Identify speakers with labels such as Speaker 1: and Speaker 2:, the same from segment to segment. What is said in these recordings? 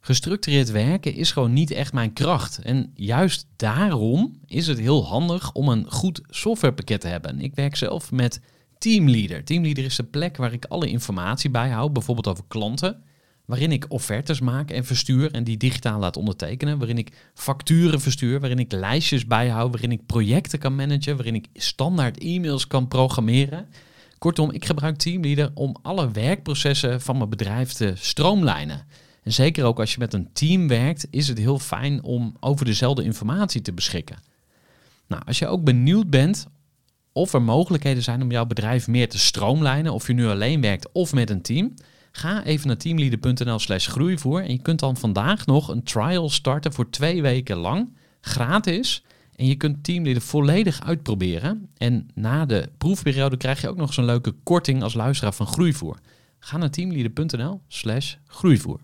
Speaker 1: Gestructureerd werken is gewoon niet echt mijn kracht. En juist daarom is het heel handig om een goed softwarepakket te hebben. Ik werk zelf met Teamleader. Teamleader is de plek waar ik alle informatie bijhoud, bijvoorbeeld over klanten, waarin ik offertes maak en verstuur en die digitaal laat ondertekenen, waarin ik facturen verstuur, waarin ik lijstjes bijhoud, waarin ik projecten kan managen, waarin ik standaard e-mails kan programmeren. Kortom, ik gebruik Teamleader om alle werkprocessen van mijn bedrijf te stroomlijnen. En zeker ook als je met een team werkt, is het heel fijn om over dezelfde informatie te beschikken. Nou, als je ook benieuwd bent of er mogelijkheden zijn om jouw bedrijf meer te stroomlijnen, of je nu alleen werkt of met een team, ga even naar teamleader.nl/groeivoer en je kunt dan vandaag nog een trial starten voor 2 weken lang, gratis. En je kunt Teamleader volledig uitproberen. En na de proefperiode krijg je ook nog zo'n leuke korting als luisteraar van Groeivoer. Ga naar teamleader.nl/groeivoer.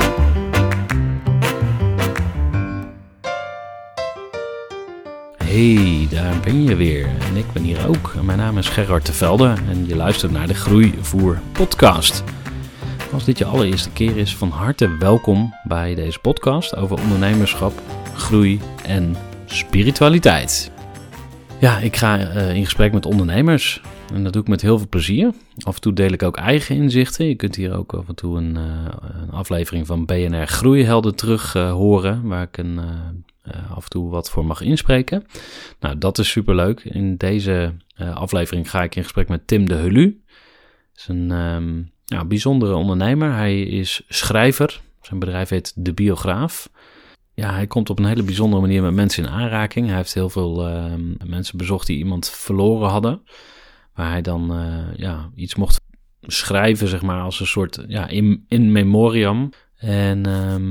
Speaker 1: Hey, daar ben je weer. En ik ben hier ook. Mijn naam is Gerard de Velde en je luistert naar de Groeivoer podcast. Als dit je allereerste keer is, van harte welkom bij deze podcast over ondernemerschap, groei en spiritualiteit. Ja, ik ga in gesprek met ondernemers en dat doe ik met heel veel plezier. Af en toe deel ik ook eigen inzichten. Je kunt hier ook af en toe een aflevering van BNR Groeihelden terug horen, waar ik af en toe wat voor mag inspreken. Nou, dat is superleuk. In deze aflevering ga ik in gesprek met Tim de Hulu. Dat is een bijzondere ondernemer. Hij is schrijver. Zijn bedrijf heet De Biograaf. Ja, hij komt op een hele bijzondere manier met mensen in aanraking. Hij heeft heel veel mensen bezocht die iemand verloren hadden. Waar hij dan iets mocht schrijven, zeg maar, als een soort in memoriam. En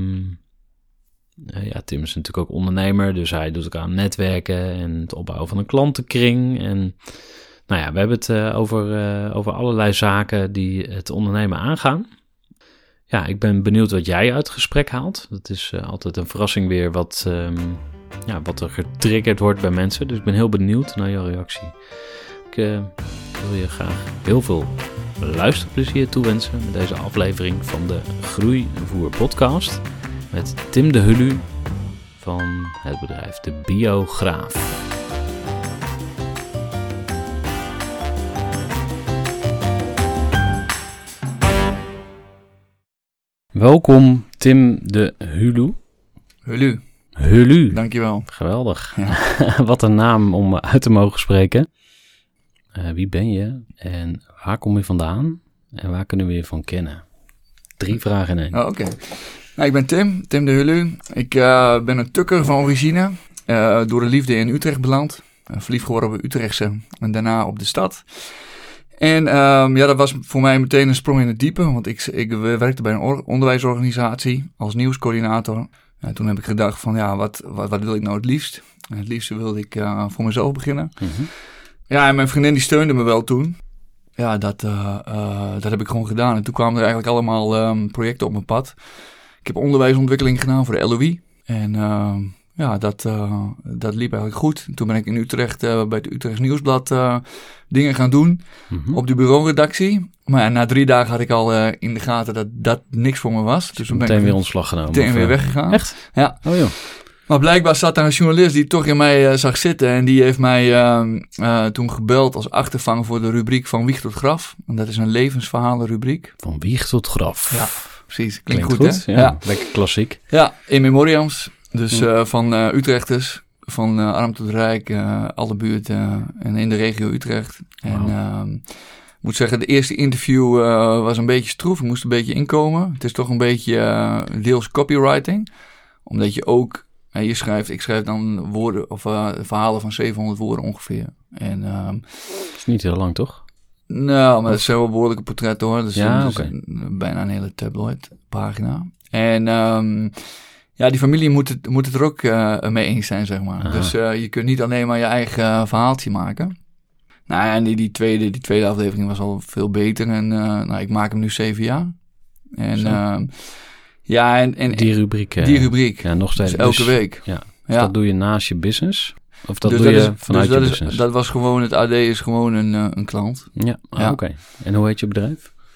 Speaker 1: Tim is natuurlijk ook ondernemer, dus hij doet ook aan netwerken en het opbouwen van een klantenkring. En we hebben het over allerlei zaken die het ondernemen aangaan. Ja, ik ben benieuwd wat jij uit het gesprek haalt. Dat is altijd een verrassing weer wat er getriggerd wordt bij mensen. Dus ik ben heel benieuwd naar jouw reactie. Ik wil je graag heel veel luisterplezier toewensen met deze aflevering van de Groeivoer podcast. Met Tim de Hulu van het bedrijf De Biograaf. Welkom Tim de Hulu. Hulu.
Speaker 2: Dankjewel.
Speaker 1: Geweldig. Ja. Wat een naam om uit te mogen spreken. Wie ben je en waar kom je vandaan en waar kunnen we je van kennen? 3 vragen in 1.
Speaker 2: Oké. Nou, ik ben Tim de Hulu. Ik ben een tukker van origine. Door de liefde in Utrecht beland. Verliefd geworden op Utrechtse en daarna op de stad. En dat was voor mij meteen een sprong in het diepe. Want ik werkte bij een onderwijsorganisatie als nieuwscoördinator. Toen heb ik gedacht van wat wil ik nou het liefst? En het liefste wilde ik voor mezelf beginnen. Mm-hmm. Ja, en mijn vriendin die steunde me wel toen. Ja, dat heb ik gewoon gedaan. En toen kwamen er eigenlijk allemaal projecten op mijn pad. Ik heb onderwijsontwikkeling gedaan voor de LOE. En dat liep eigenlijk goed. En toen ben ik in Utrecht bij het Utrechts Nieuwsblad dingen gaan doen. Mm-hmm. Op de bureauredactie. Maar na 3 dagen had ik al in de gaten dat dat niks voor me was. Dus
Speaker 1: meteen weer ontslag genomen?
Speaker 2: Meteen weer weggegaan.
Speaker 1: Echt?
Speaker 2: Ja.
Speaker 1: Oh joh.
Speaker 2: Maar blijkbaar zat daar een journalist die toch in mij zag zitten. En die heeft mij toen gebeld als achtervanger voor de rubriek Van Wieg tot Graf. En dat is een levensverhalenrubriek.
Speaker 1: Van Wieg tot Graf.
Speaker 2: Ja, precies. Klinkt goed, hè?
Speaker 1: Ja, lekker klassiek.
Speaker 2: Ja, in memoriams. Dus van Utrechters, van arm tot rijk, alle buurten en in de regio Utrecht. Wow. En ik moet zeggen, de eerste interview was een beetje stroef. Ik moest een beetje inkomen. Het is toch een beetje deels copywriting. Omdat je ook, ik schrijf dan woorden of verhalen van 700 woorden ongeveer. En,
Speaker 1: dat is niet heel lang, toch?
Speaker 2: Nou, maar dat zijn wel behoorlijke portretten hoor. Dus, bijna een hele tabloid pagina. En die familie moet het er ook mee eens zijn, zeg maar. Aha. Dus je kunt niet alleen maar je eigen verhaaltje maken. Nou ja, en die tweede aflevering was al veel beter. En ik maak hem nu 7 jaar. En en
Speaker 1: die rubriek.
Speaker 2: Die rubriek.
Speaker 1: Ja, nog steeds.
Speaker 2: Dus elke week.
Speaker 1: Ja. Dus dat doe je naast je business? Of dat
Speaker 2: dus
Speaker 1: doe je vanuit je business?
Speaker 2: Dat was gewoon, het AD is gewoon een klant.
Speaker 1: Ja, oké. En hoe heet je bedrijf?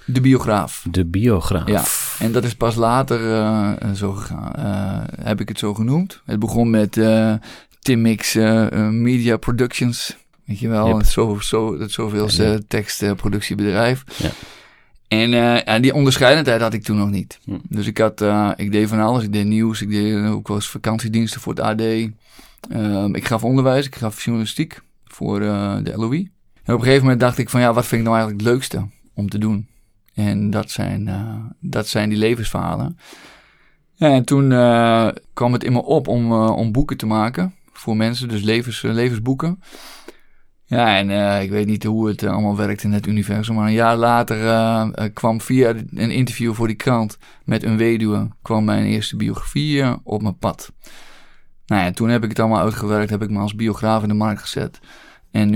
Speaker 2: De biograaf.
Speaker 1: De biograaf.
Speaker 2: Ja, en dat is pas later zo gegaan. Heb ik het zo genoemd. Het begon met Tim Mix Media Productions. Weet je wel, het zoveelste tekstproductiebedrijf.
Speaker 1: Ja.
Speaker 2: En die onderscheidendheid had ik toen nog niet. Dus ik deed van alles. Ik deed nieuws, ik deed ook wel eens vakantiediensten voor het AD. Ik gaf onderwijs, ik gaf journalistiek voor de LOI. En op een gegeven moment dacht ik van wat vind ik nou eigenlijk het leukste om te doen? En dat zijn die levensverhalen. Ja, en toen kwam het in me op om boeken te maken voor mensen, dus levensboeken. Ja, en ik weet niet hoe het allemaal werkt in het universum, maar een jaar later kwam via een interview voor die krant met een weduwe, kwam mijn eerste biografie op mijn pad. Nou ja, toen heb ik het allemaal uitgewerkt, heb ik me als biograaf in de markt gezet. En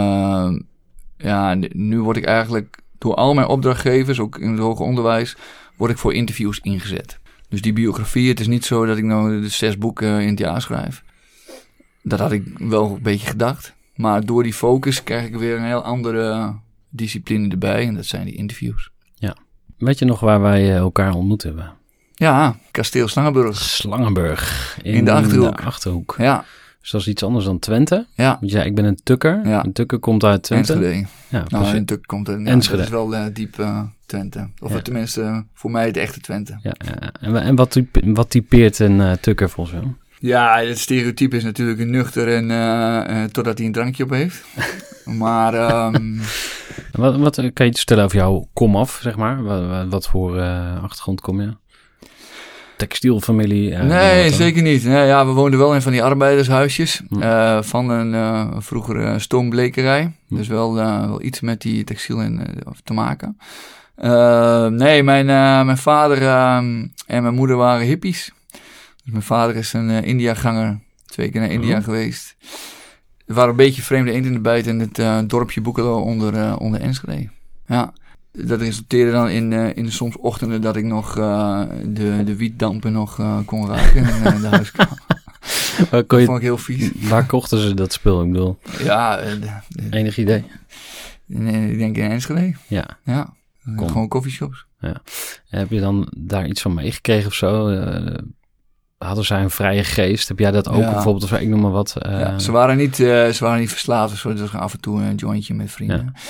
Speaker 2: nu word ik eigenlijk door al mijn opdrachtgevers, ook in het hoger onderwijs, word ik voor interviews ingezet. Dus die biografie, het is niet zo dat ik nou de 6 boeken in het jaar schrijf. Dat had ik wel een beetje gedacht. Maar door die focus krijg ik weer een heel andere discipline erbij. En dat zijn die interviews.
Speaker 1: Ja. Weet je nog waar wij elkaar ontmoet hebben?
Speaker 2: Ja, Kasteel Slangenburg.
Speaker 1: Slangenburg.
Speaker 2: In de Achterhoek. Ja.
Speaker 1: Dus dat is iets anders dan Twente.
Speaker 2: Ja.
Speaker 1: Want ik ben een Tukker. Ja. Een Tukker komt uit Twente.
Speaker 2: Enschede.
Speaker 1: Ja,
Speaker 2: een Tukker komt uit Enschede. Dat is wel diep Twente. Of tenminste, voor mij het echte Twente.
Speaker 1: Ja. En wat typeert een Tukker volgens jou?
Speaker 2: Ja, het stereotype is natuurlijk een nuchter en totdat hij een drankje op heeft. Maar...
Speaker 1: Wat kan je vertellen over jouw komaf, zeg maar? Wat voor achtergrond kom je? Textielfamilie?
Speaker 2: Nee, zeker niet. Nee, we woonden wel in van die arbeidershuisjes van een vroegere stoomblekerij. Dus wel iets met die textiel te maken. Nee, mijn vader en mijn moeder waren hippies. Dus mijn vader is een Indiaganger, 2 keer naar India geweest. Er waren een beetje vreemde eend in de bijt in het dorpje Boekelo onder Enschede. Ja, dat resulteerde dan in soms ochtenden dat ik nog de wietdampen nog kon raken in de huiskamer. Dat vond ik heel vies.
Speaker 1: Waar kochten ze dat spul, ik bedoel?
Speaker 2: Ja.
Speaker 1: Enig idee?
Speaker 2: Ik denk in Enschede.
Speaker 1: Ja.
Speaker 2: Gewoon coffeeshops.
Speaker 1: Ja. Heb je dan daar iets van meegekregen of zo? Hadden zij een vrije geest? Heb jij dat ook bijvoorbeeld? Of ik noem maar wat.
Speaker 2: Ze waren niet verslaafd of zo. Dus af en toe een jointje met vrienden. Ja.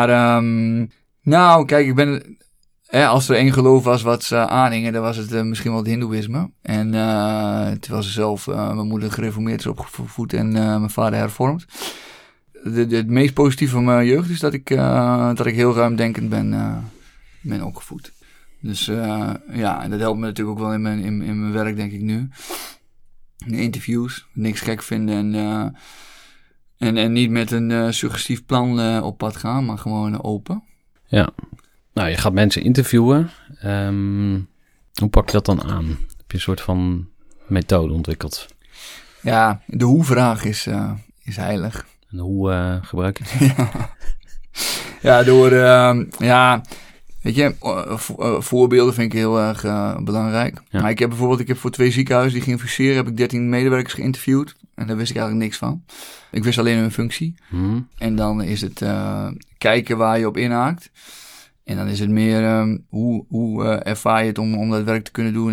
Speaker 2: Maar kijk, ik ben... als er één geloof was wat ze aanhingen, dan was het misschien wel het hindoeïsme. En terwijl ze zelf, mijn moeder gereformeerd is opgevoed en mijn vader hervormd. Het meest positieve van mijn jeugd is dat ik heel ruimdenkend ben opgevoed. Dus en dat helpt me natuurlijk ook wel in mijn werk, denk ik nu. In interviews, niks gek vinden en niet met een suggestief plan op pad gaan, maar gewoon open. Ja,
Speaker 1: nou je gaat mensen interviewen. Hoe pak je dat dan aan? Heb je een soort van methode ontwikkeld?
Speaker 2: Ja, de hoe-vraag is heilig.
Speaker 1: En hoe gebruik je het?
Speaker 2: Ja, door... Weet je, voorbeelden vind ik heel erg belangrijk. Ja. Maar ik heb voor 2 ziekenhuizen die gingen fuseren, heb ik 13 medewerkers geïnterviewd. En daar wist ik eigenlijk niks van. Ik wist alleen hun functie. En dan is het kijken waar je op inhaakt. En dan is het meer hoe ervaar je het om dat werk te kunnen doen.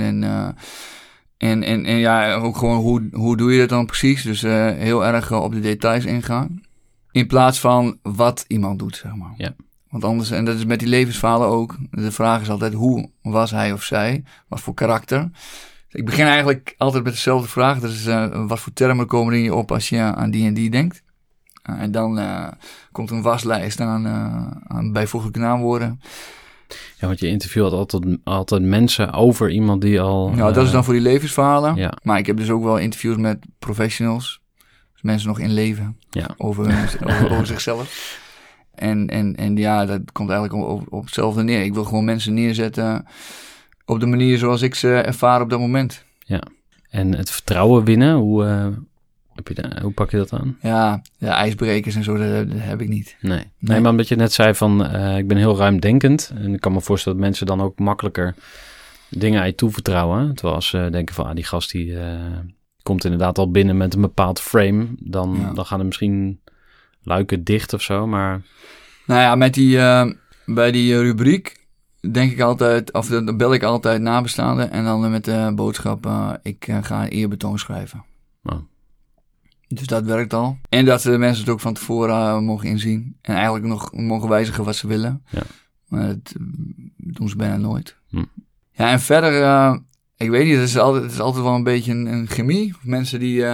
Speaker 2: En ook gewoon hoe doe je dat dan precies. Dus heel erg op de details ingaan. In plaats van wat iemand doet, zeg maar. Ja. Want anders, en dat is met die levensverhalen ook, de vraag is altijd hoe was hij of zij, wat voor karakter. Ik begin eigenlijk altijd met dezelfde vraag, dat is wat voor termen komen er in je op als je aan die en die denkt. En dan komt een waslijst aan bijvoeglijke naamwoorden.
Speaker 1: Ja, want je interviewt altijd mensen over iemand die al...
Speaker 2: Nou, dat is dan voor die levensverhalen. Ja. Maar ik heb dus ook wel interviews met professionals, dus mensen nog in leven, over zichzelf. En dat komt eigenlijk op hetzelfde neer. Ik wil gewoon mensen neerzetten op de manier zoals ik ze ervaar op dat moment.
Speaker 1: Ja, en het vertrouwen winnen, hoe pak je dat aan?
Speaker 2: Ja, de ijsbrekers en zo, dat heb ik niet.
Speaker 1: Nee, maar omdat je net zei van, ik ben heel ruimdenkend. En ik kan me voorstellen dat mensen dan ook makkelijker dingen aan je toevertrouwen. Terwijl als ze denken van, die gast die komt inderdaad al binnen met een bepaald frame. Dan gaan er misschien luiken dicht of zo, maar...
Speaker 2: Nou ja, bij die rubriek denk ik altijd, of dan bel ik altijd nabestaanden en dan met de boodschap, ik ga een eerbetoon schrijven.
Speaker 1: Oh.
Speaker 2: Dus dat werkt al. En dat de mensen het ook van tevoren mogen inzien. En eigenlijk nog mogen wijzigen wat ze willen. Ja. Maar dat doen ze bijna nooit. Ja, en verder, ik weet niet, het is altijd wel een beetje een chemie. Mensen die,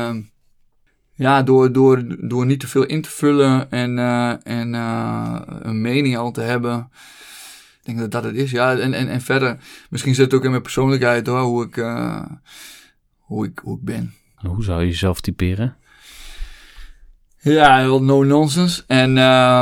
Speaker 2: door niet te veel in te vullen en een mening al te hebben. Ik denk dat dat het is. Ja, en verder, misschien zit het ook in mijn persoonlijkheid hoor, hoe ik ben.
Speaker 1: Hoe zou je jezelf typeren?
Speaker 2: Ja, heel no-nonsense en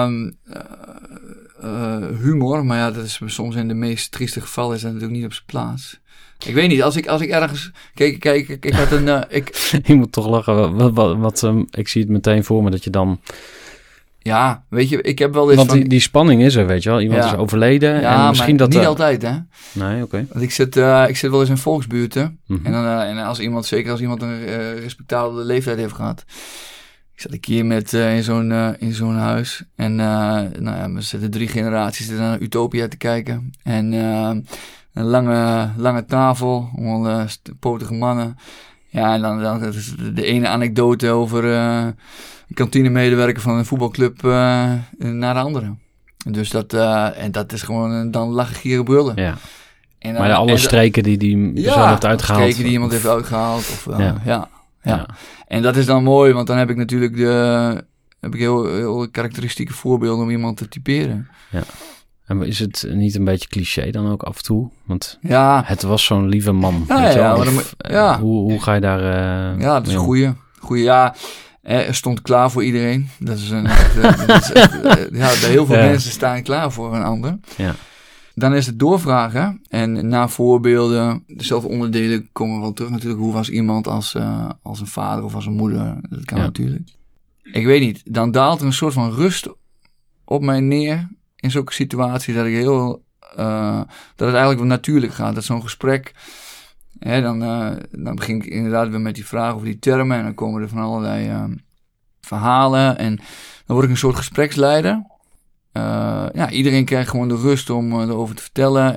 Speaker 2: humor. Maar ja, dat is soms in de meest trieste gevallen is dat natuurlijk niet op zijn plaats. Ik weet niet, als ik ergens... Kijk, ik had een...
Speaker 1: Je moet toch lachen. Ik zie het meteen voor me dat je dan...
Speaker 2: Ja, weet je, ik heb wel eens...
Speaker 1: Want die spanning is er, weet je wel. Iemand is overleden.
Speaker 2: Ja, en misschien
Speaker 1: maar
Speaker 2: niet altijd, hè.
Speaker 1: Nee, oké.
Speaker 2: Want ik zit wel eens in volksbuurten. En als iemand, zeker als iemand een respectabele leeftijd heeft gehad... Ik zat een keer met in zo'n huis. En we zitten 3 generaties naar Utopia te kijken. En een lange tafel, allemaal potige mannen. Ja, en dan is de ene anekdote over een kantinemedewerker van een voetbalclub naar de andere. Dus dat is gewoon dan lachen, gieren, brullen. Ja.
Speaker 1: En, maar alle streken die persoon heeft uitgehaald.
Speaker 2: Streken die iemand heeft uitgehaald. Of, ja. En dat is dan mooi, want dan heb ik natuurlijk heel karakteristieke voorbeelden om iemand te typeren. Ja.
Speaker 1: En is het niet een beetje cliché dan ook af en toe? Want het was zo'n lieve man. Hoe ga je daar...
Speaker 2: ja, dat is een goeie. Er stond klaar voor iedereen. Dat is bij heel veel mensen staan klaar voor een ander. Ja. Dan is het doorvragen. En na voorbeelden, dezelfde onderdelen komen wel terug natuurlijk. Hoe was iemand als een vader of als een moeder? Dat kan natuurlijk. Ik weet niet. Dan daalt er een soort van rust op mij neer. In zulke situaties dat ik dat het eigenlijk wel natuurlijk gaat. Dat zo'n gesprek... Dan begin ik inderdaad weer met die vragen over die termen. En dan komen er van allerlei verhalen. En dan word ik een soort gespreksleider. Iedereen krijgt gewoon de rust om erover te vertellen.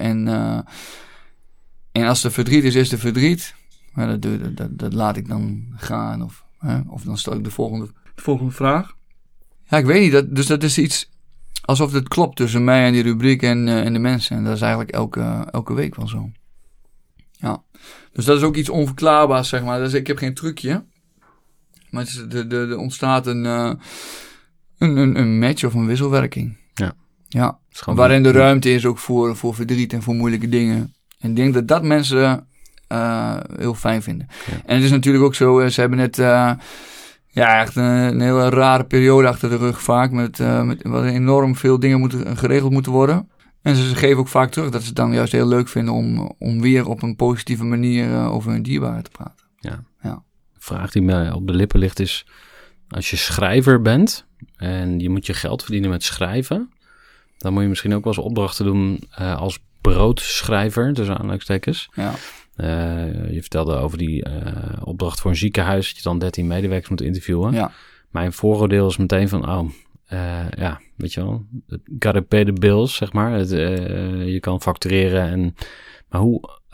Speaker 2: En als er verdriet is er verdriet. Dat laat ik dan gaan. Of dan stel ik de volgende vraag. Ja, ik weet niet. Dus dat is iets alsof het klopt tussen mij en die rubriek en de mensen. En dat is eigenlijk elke week wel zo. Ja. Dus dat is ook iets onverklaarbaars, zeg maar. Dus ik heb geen trucje. Maar er ontstaat een match of een wisselwerking. Ja. Waarin de ruimte is ook voor verdriet en voor moeilijke dingen. En ik denk dat mensen heel fijn vinden. Ja. En het is natuurlijk ook zo, ze hebben net echt een hele rare periode achter de rug vaak. Met wat enorm veel dingen geregeld moeten worden. En ze geven ook vaak terug dat ze het dan juist heel leuk vinden om weer op een positieve manier over hun dierbaren te praten. Ja.
Speaker 1: De vraag die mij op de lippen ligt is, als je schrijver bent en je moet je geld verdienen met schrijven, dan moet je misschien ook wel eens opdrachten doen als broodschrijver, tussen aanhalingstekens. Ja. Je vertelde over die opdracht voor een ziekenhuis, dat je dan 13 medewerkers moet interviewen. Ja. Mijn vooroordeel is meteen van, weet je wel, gotta pay the bills, zeg maar. Je kan factureren maar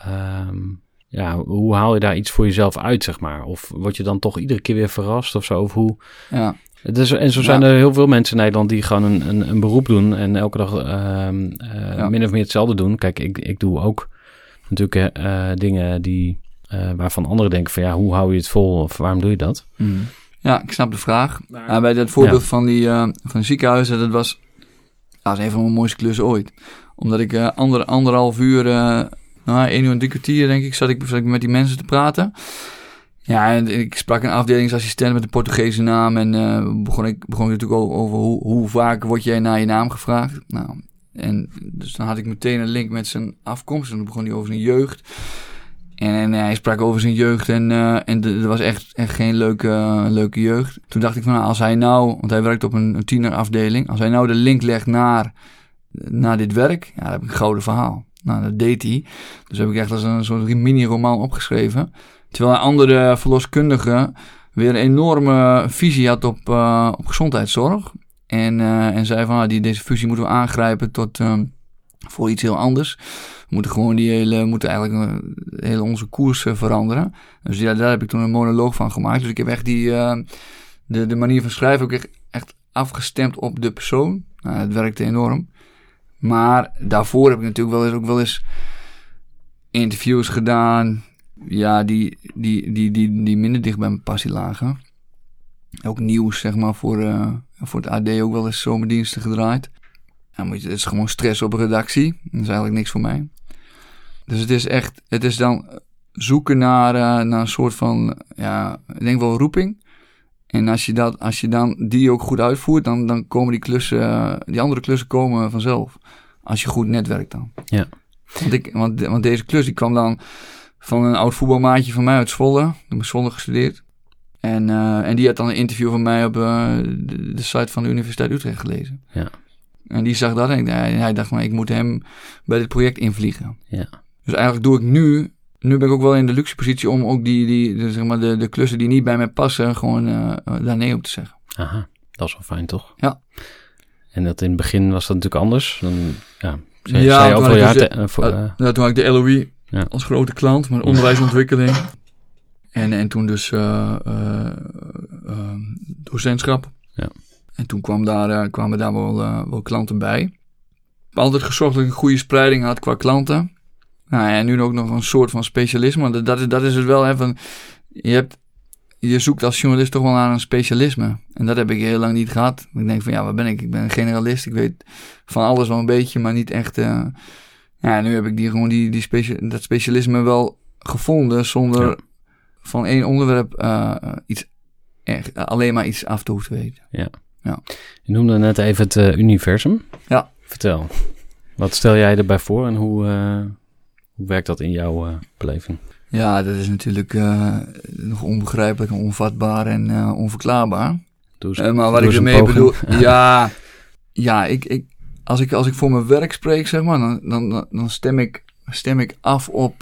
Speaker 1: hoe haal je daar iets voor jezelf uit, zeg maar? Of word je dan toch iedere keer weer verrast of zo? Of hoe... Ja. En zo zijn er heel veel mensen in Nederland die gewoon een beroep doen en elke dag min of meer hetzelfde doen. Kijk, ik doe ook natuurlijk dingen die waarvan anderen denken van hoe hou je het vol of waarom doe je dat?
Speaker 2: Mm. Ja, ik snap de vraag. Bij dat voorbeeld van van ziekenhuizen, dat was een van mijn mooiste klussen ooit. Omdat ik anderhalf uur, 1 uur en 3 kwartier denk ik, zat ik met die mensen te praten. Ja, en ik sprak een afdelingsassistent met een Portugese naam en begon ik natuurlijk over hoe vaak word jij naar je naam gevraagd. Nou, en dus dan had ik meteen een link met zijn afkomst en dan begon hij over zijn jeugd. En hij sprak over zijn jeugd en dat was echt geen leuke jeugd. Toen dacht ik van, als hij nou, want hij werkt op een tienerafdeling, als hij nou de link legt naar dit werk, dan heb ik een gouden verhaal. Nou, dat deed hij. Dus heb ik echt als een soort mini-roman opgeschreven. Terwijl een andere verloskundige weer een enorme visie had op gezondheidszorg. En zei van, deze fusie moeten we aangrijpen tot voor iets heel anders. We moeten gewoon eigenlijk hele onze koers veranderen. Dus ja, daar heb ik toen een monoloog van gemaakt. Dus ik heb echt de manier van schrijven ook echt afgestemd op de persoon. Het werkte enorm. Maar daarvoor heb ik natuurlijk ook wel eens interviews gedaan. Ja, die minder dicht bij mijn passie lagen. Ook nieuws, zeg maar, voor het AD ook wel eens zomerdiensten gedraaid. Het is gewoon stress op een redactie. Dat is eigenlijk niks voor mij. Dus het is dan zoeken naar een soort van, ja, ik denk wel roeping. En als je dan die ook goed uitvoert, dan komen die andere klussen komen vanzelf. Als je goed netwerkt dan.
Speaker 1: Ja.
Speaker 2: Want deze klus die kwam dan van een oud voetbalmaatje van mij uit Zwolle. Ik heb in Zwolle gestudeerd. En die had dan een interview van mij op de site van de Universiteit Utrecht gelezen.
Speaker 1: Ja.
Speaker 2: En die zag dat en hij dacht van, ik moet hem bij dit project invliegen.
Speaker 1: Ja.
Speaker 2: Dus eigenlijk doe ik nu ben ik ook wel in de luxe positie om ook zeg maar de klussen die niet bij mij passen, gewoon daar nee op te zeggen.
Speaker 1: Aha, dat is wel fijn toch?
Speaker 2: Ja.
Speaker 1: En dat in het begin was dat natuurlijk anders. Dan,
Speaker 2: toen had ik de LOE als grote klant, met onderwijsontwikkeling. En toen dus docentschap.
Speaker 1: Ja.
Speaker 2: En toen kwamen daar wel klanten bij. Ik heb altijd gezorgd dat ik een goede spreiding had qua klanten. Nou ja, en nu ook nog een soort van specialisme. Dat is het wel. Hè, van, je zoekt als journalist toch wel naar een specialisme. En dat heb ik heel lang niet gehad. Ik denk van, ja, wat ben ik? Ik ben een generalist. Ik weet van alles wel een beetje, maar niet echt. Nu heb ik dat specialisme wel gevonden zonder van één onderwerp alleen maar iets af te hoeven weten.
Speaker 1: Ja.
Speaker 2: Ja.
Speaker 1: Je noemde net even het universum.
Speaker 2: Ja.
Speaker 1: Vertel. Wat stel jij erbij voor en hoe werkt dat in jouw beleving? Ja,
Speaker 2: dat is natuurlijk nog onbegrijpelijk, onvatbaar en onverklaarbaar. Maar wat ik ermee bedoel... Als ik voor mijn werk spreek, zeg maar, dan stem ik af op...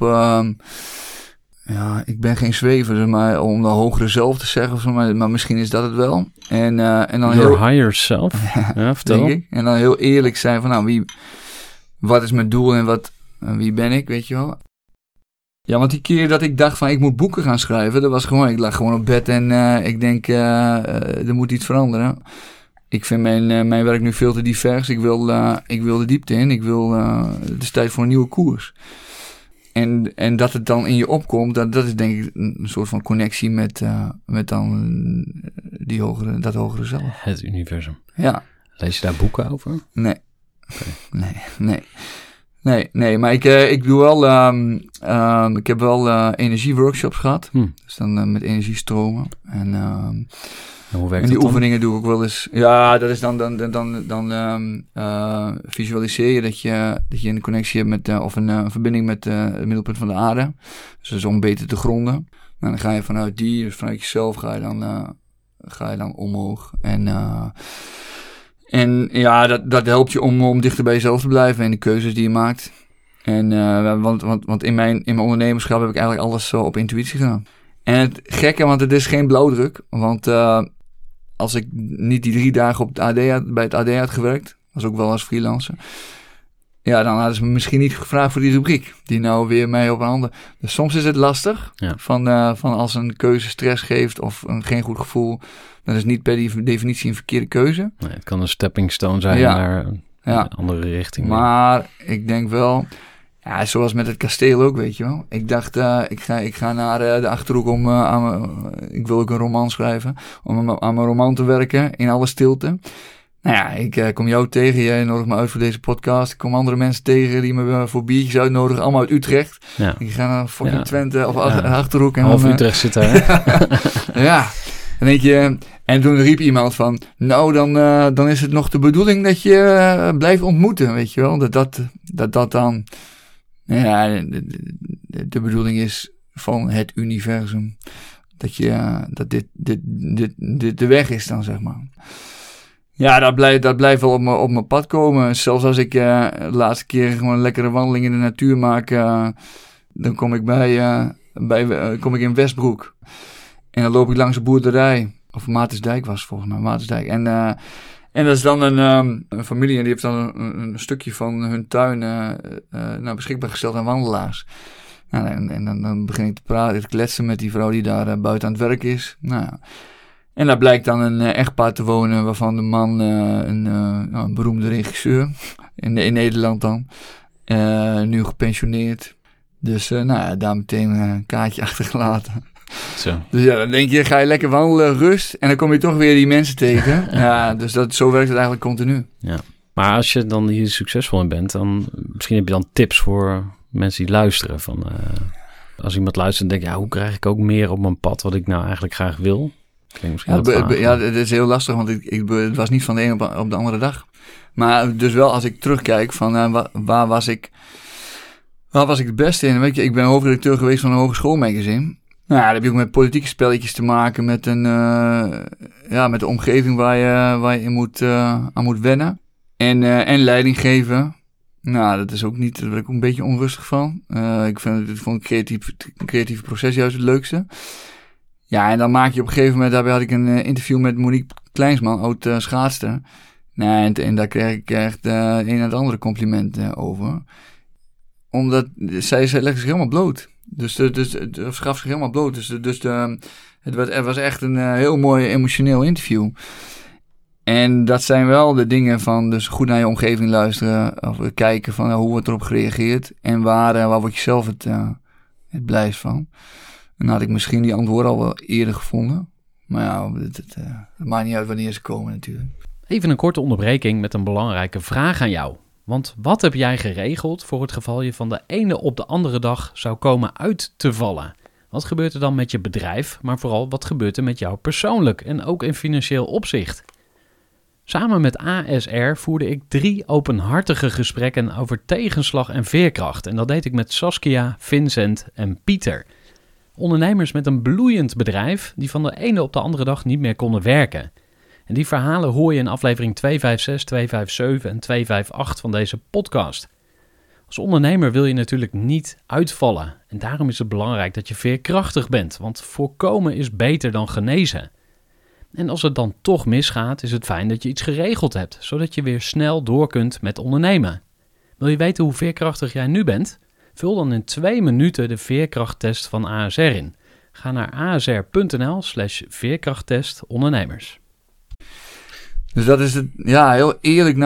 Speaker 2: ik ben geen zwever, maar om de hogere zelf te zeggen, of zo, maar misschien is dat het wel. En dan
Speaker 1: Your higher self? Ja, vertel.
Speaker 2: Denk ik. En dan heel eerlijk zijn van, wat is mijn doel en wie ben ik, weet je wel. Ja, want die keer dat ik dacht van, ik moet boeken gaan schrijven, dat was gewoon, ik lag gewoon op bed en ik denk, er moet iets veranderen. Ik vind mijn werk nu veel te divers. Ik wil de diepte in. Het is tijd voor een nieuwe koers. En dat het dan in je opkomt, dat is denk ik een soort van connectie met dan dat hogere zelf.
Speaker 1: Het universum.
Speaker 2: Ja.
Speaker 1: Lees je daar boeken over?
Speaker 2: Nee. Okay. Nee, maar ik doe wel, ik heb wel energieworkshops gehad. Dus dan met energiestromen. En
Speaker 1: hoe werkt
Speaker 2: en die
Speaker 1: dat
Speaker 2: oefeningen doe ik ook wel eens. Ja, dat is dan visualiseer je dat je een connectie hebt met, of een verbinding met het middelpunt van de aarde. Dus dat is om beter te gronden. En dan ga je vanuit vanuit jezelf ga je dan omhoog. En dat helpt je om dichter bij jezelf te blijven en de keuzes die je maakt. Want in mijn ondernemerschap heb ik eigenlijk alles op intuïtie gedaan. En het gekke, want het is geen blauwdruk. Want als ik niet die 3 dagen bij het AD had gewerkt, was ook wel als freelancer. Ja, dan hadden ze me misschien niet gevraagd voor die rubriek. Die nou weer mij op een ander. Dus soms is het lastig. Ja. Van als een keuze stress geeft of geen goed gevoel. Dat is niet per definitie een verkeerde keuze.
Speaker 1: Nee, het kan een stepping stone zijn naar een andere richting.
Speaker 2: Maar ik denk wel... Ja, zoals met het kasteel ook, weet je wel. Ik dacht, ik ga naar de Achterhoek ik wil ook een roman schrijven. Om aan mijn roman te werken in alle stilte. Nou ja, ik kom jou tegen. Jij nodigt me uit voor deze podcast. Ik kom andere mensen tegen die me voor biertjes uitnodigen. Allemaal uit Utrecht. Ja. Ik ga naar fucking Twente of Achterhoek. En
Speaker 1: half Utrecht zit daar.
Speaker 2: Ja. En toen riep iemand van, nou dan is het nog de bedoeling dat je blijft ontmoeten, weet je wel. Dat dan... Ja, de bedoeling is van het universum dat dit de weg is dan, zeg maar. Ja, dat blijft wel op mijn pad komen. Zelfs als ik de laatste keer gewoon een lekkere wandeling in de natuur maak, dan kom ik kom ik in En dan loop ik langs de boerderij. Of Maartensdijk was het volgens mij, Maartensdijk. En En dat is dan een familie en die heeft dan een stukje van hun tuin beschikbaar gesteld aan wandelaars. Nou, en dan begin ik te praten, te kletsen met die vrouw die daar buiten aan het werk is. Nou, ja. En daar blijkt dan een echtpaar te wonen waarvan de man een beroemde regisseur in Nederland dan. Nu gepensioneerd. Dus daar meteen een kaartje achtergelaten.
Speaker 1: Zo.
Speaker 2: Dus ja, dan denk je, ga je lekker wandelen, rust. En dan kom je toch weer die mensen tegen. Ja, dus zo werkt het eigenlijk continu.
Speaker 1: Ja. Maar als je dan hier succesvol in bent, dan misschien heb je dan tips voor mensen die luisteren. Als iemand luistert en denkt, hoe krijg ik ook meer op mijn pad wat ik nou eigenlijk graag wil?
Speaker 2: Ja, het is heel lastig, want het was niet van de ene op de andere dag. Maar dus wel als ik terugkijk van waar was ik het beste in? Weet je, ik ben hoofdredacteur geweest van een hogeschoolmagazine. Nou, daar heb je ook met politieke spelletjes te maken, met met de omgeving waar je aan moet wennen. En leiding geven. Nou, dat is ook niet, daar ben ik ook een beetje onrustig van. Ik vond het creatieve proces juist het leukste. Ja, en dan maak je op een gegeven moment, daarbij had ik een interview met Monique Kleinsman, oud schaatster. Nou, en daar kreeg ik echt een en het andere compliment over. Omdat zij legde zich helemaal bloot. Dus gaf zich helemaal bloot. Het was echt een heel mooi emotioneel interview. En dat zijn wel de dingen van dus goed naar je omgeving luisteren. Of kijken van hoe wordt erop gereageerd. En waar word je zelf het blijst van. En dan had ik misschien die antwoorden al wel eerder gevonden. Maar ja, het maakt niet uit wanneer ze komen natuurlijk.
Speaker 1: Even een korte onderbreking met een belangrijke vraag aan jou. Want wat heb jij geregeld voor het geval je van de ene op de andere dag zou komen uit te vallen? Wat gebeurt er dan met je bedrijf, maar vooral wat gebeurt er met jou persoonlijk en ook in financieel opzicht? Samen met ASR voerde ik 3 openhartige gesprekken over tegenslag en veerkracht. En dat deed ik met Saskia, Vincent en Pieter. Ondernemers met een bloeiend bedrijf die van de ene op de andere dag niet meer konden werken. En die verhalen hoor je in aflevering 256, 257 en 258 van deze podcast. Als ondernemer wil je natuurlijk niet uitvallen. En daarom is het belangrijk dat je veerkrachtig bent, want voorkomen is beter dan genezen. En als het dan toch misgaat, is het fijn dat je iets geregeld hebt, zodat je weer snel door kunt met ondernemen. Wil je weten hoe veerkrachtig jij nu bent? Vul dan in 2 minuten de veerkrachttest van ASR in. Ga naar asr.nl/veerkrachttest ondernemers.
Speaker 2: Dus dat is het, heel eerlijk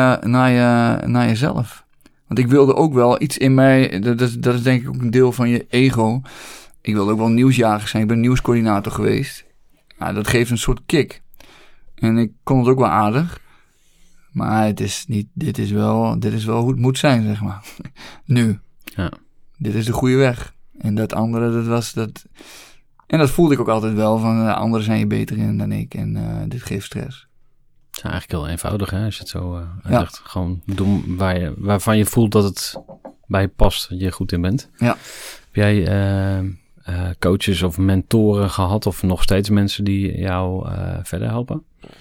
Speaker 2: naar jezelf. Want ik wilde ook wel iets in mij, dat is denk ik ook een deel van je ego. Ik wilde ook wel nieuwsjager zijn, ik ben nieuwscoördinator geweest. Ja, dat geeft een soort kick. En ik kon het ook wel aardig. Maar dit is wel hoe het moet zijn, zeg maar. Nu.
Speaker 1: Ja.
Speaker 2: Dit is de goede weg. En dat andere, En dat voelde ik ook altijd wel, van anderen zijn je beter in dan ik. En dit geeft stress.
Speaker 1: Het is eigenlijk heel eenvoudig, hè? Als je het zo uitlegt. Gewoon doen waarvan je voelt dat het bij je past, dat je goed in bent.
Speaker 2: Ja.
Speaker 1: Heb jij coaches of mentoren gehad of nog steeds mensen die jou verder helpen?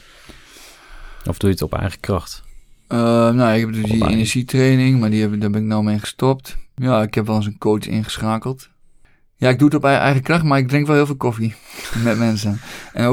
Speaker 1: Of doe je het op eigen kracht?
Speaker 2: Ik heb dus die energietraining, maar daar ben ik nou mee gestopt. Ja, ik heb wel eens een coach ingeschakeld. Ja, ik doe het op eigen kracht, maar ik drink wel heel veel koffie met mensen. En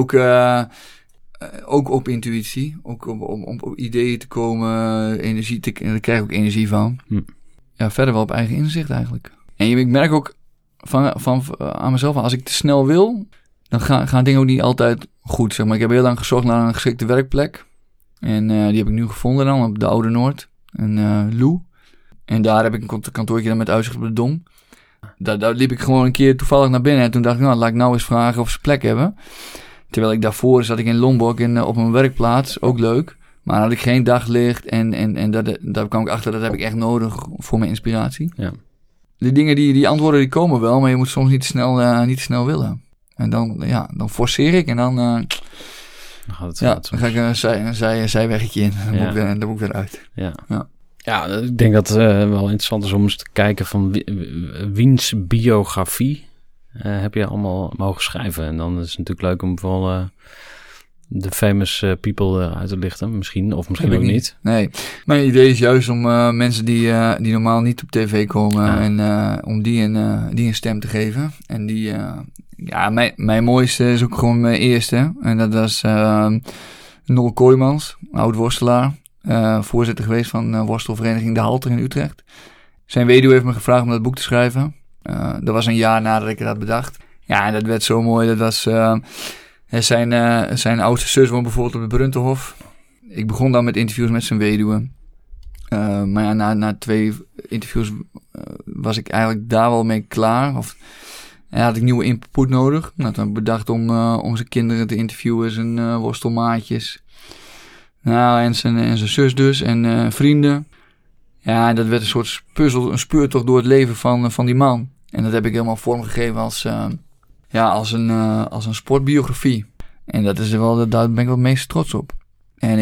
Speaker 2: ook op intuïtie, ook om op ideeën te komen, energie en daar krijg ik ook energie van. Ja, verder wel op eigen inzicht eigenlijk. En ik merk ook van aan mezelf, als ik te snel wil, dan gaan dingen ook niet altijd goed. Zeg maar. Ik heb heel lang gezocht naar een geschikte werkplek. En die heb ik nu gevonden dan op de Oude Noord, in Loo. En daar heb ik een kantoortje dan met uitzicht op de Dom. Daar liep ik gewoon een keer toevallig naar binnen. En toen dacht ik, laat ik nou eens vragen of ze plek hebben. Terwijl ik daarvoor zat ik in Lombok op een werkplaats, ook leuk. Maar had ik geen daglicht en daar kwam ik achter, dat heb ik echt nodig voor mijn inspiratie. Ja. Die dingen, die antwoorden die komen wel, maar je moet soms niet te snel willen. En dan forceer ik en dan ga ik een zijweggetje in. Dan moet ik weer uit.
Speaker 1: Ja. Ja, ik denk dat het wel interessant is om eens te kijken van wiens biografie heb je allemaal mogen schrijven. En dan is het natuurlijk leuk om vooral de famous people uit te lichten. Misschien, of misschien ook niet.
Speaker 2: Nee, mijn idee is juist om mensen die normaal niet op tv komen en om die een stem te geven. En mijn mooiste is ook gewoon mijn eerste. En dat is Nol Kooijmans, oud-worstelaar. Voorzitter geweest van worstelvereniging De Halter in Utrecht. Zijn weduwe heeft me gevraagd om dat boek te schrijven. Dat was een jaar nadat ik het had bedacht. Ja, en dat werd zo mooi. Dat was zijn oudste zus woont bijvoorbeeld op de Bruntenhof. Ik begon dan met interviews met zijn weduwe. Maar ja, na 2 interviews was ik eigenlijk daar wel mee klaar. Of had ik nieuwe input nodig. Nou, toen heb ik bedacht om zijn kinderen te interviewen, zijn worstelmaatjes. Nou, en zijn zus dus, en vrienden. Ja, en dat werd een soort puzzel, een speurtocht door het leven van die man. En dat heb ik helemaal vormgegeven als een sportbiografie. En dat is wel, daar ben ik wel het meest trots op. En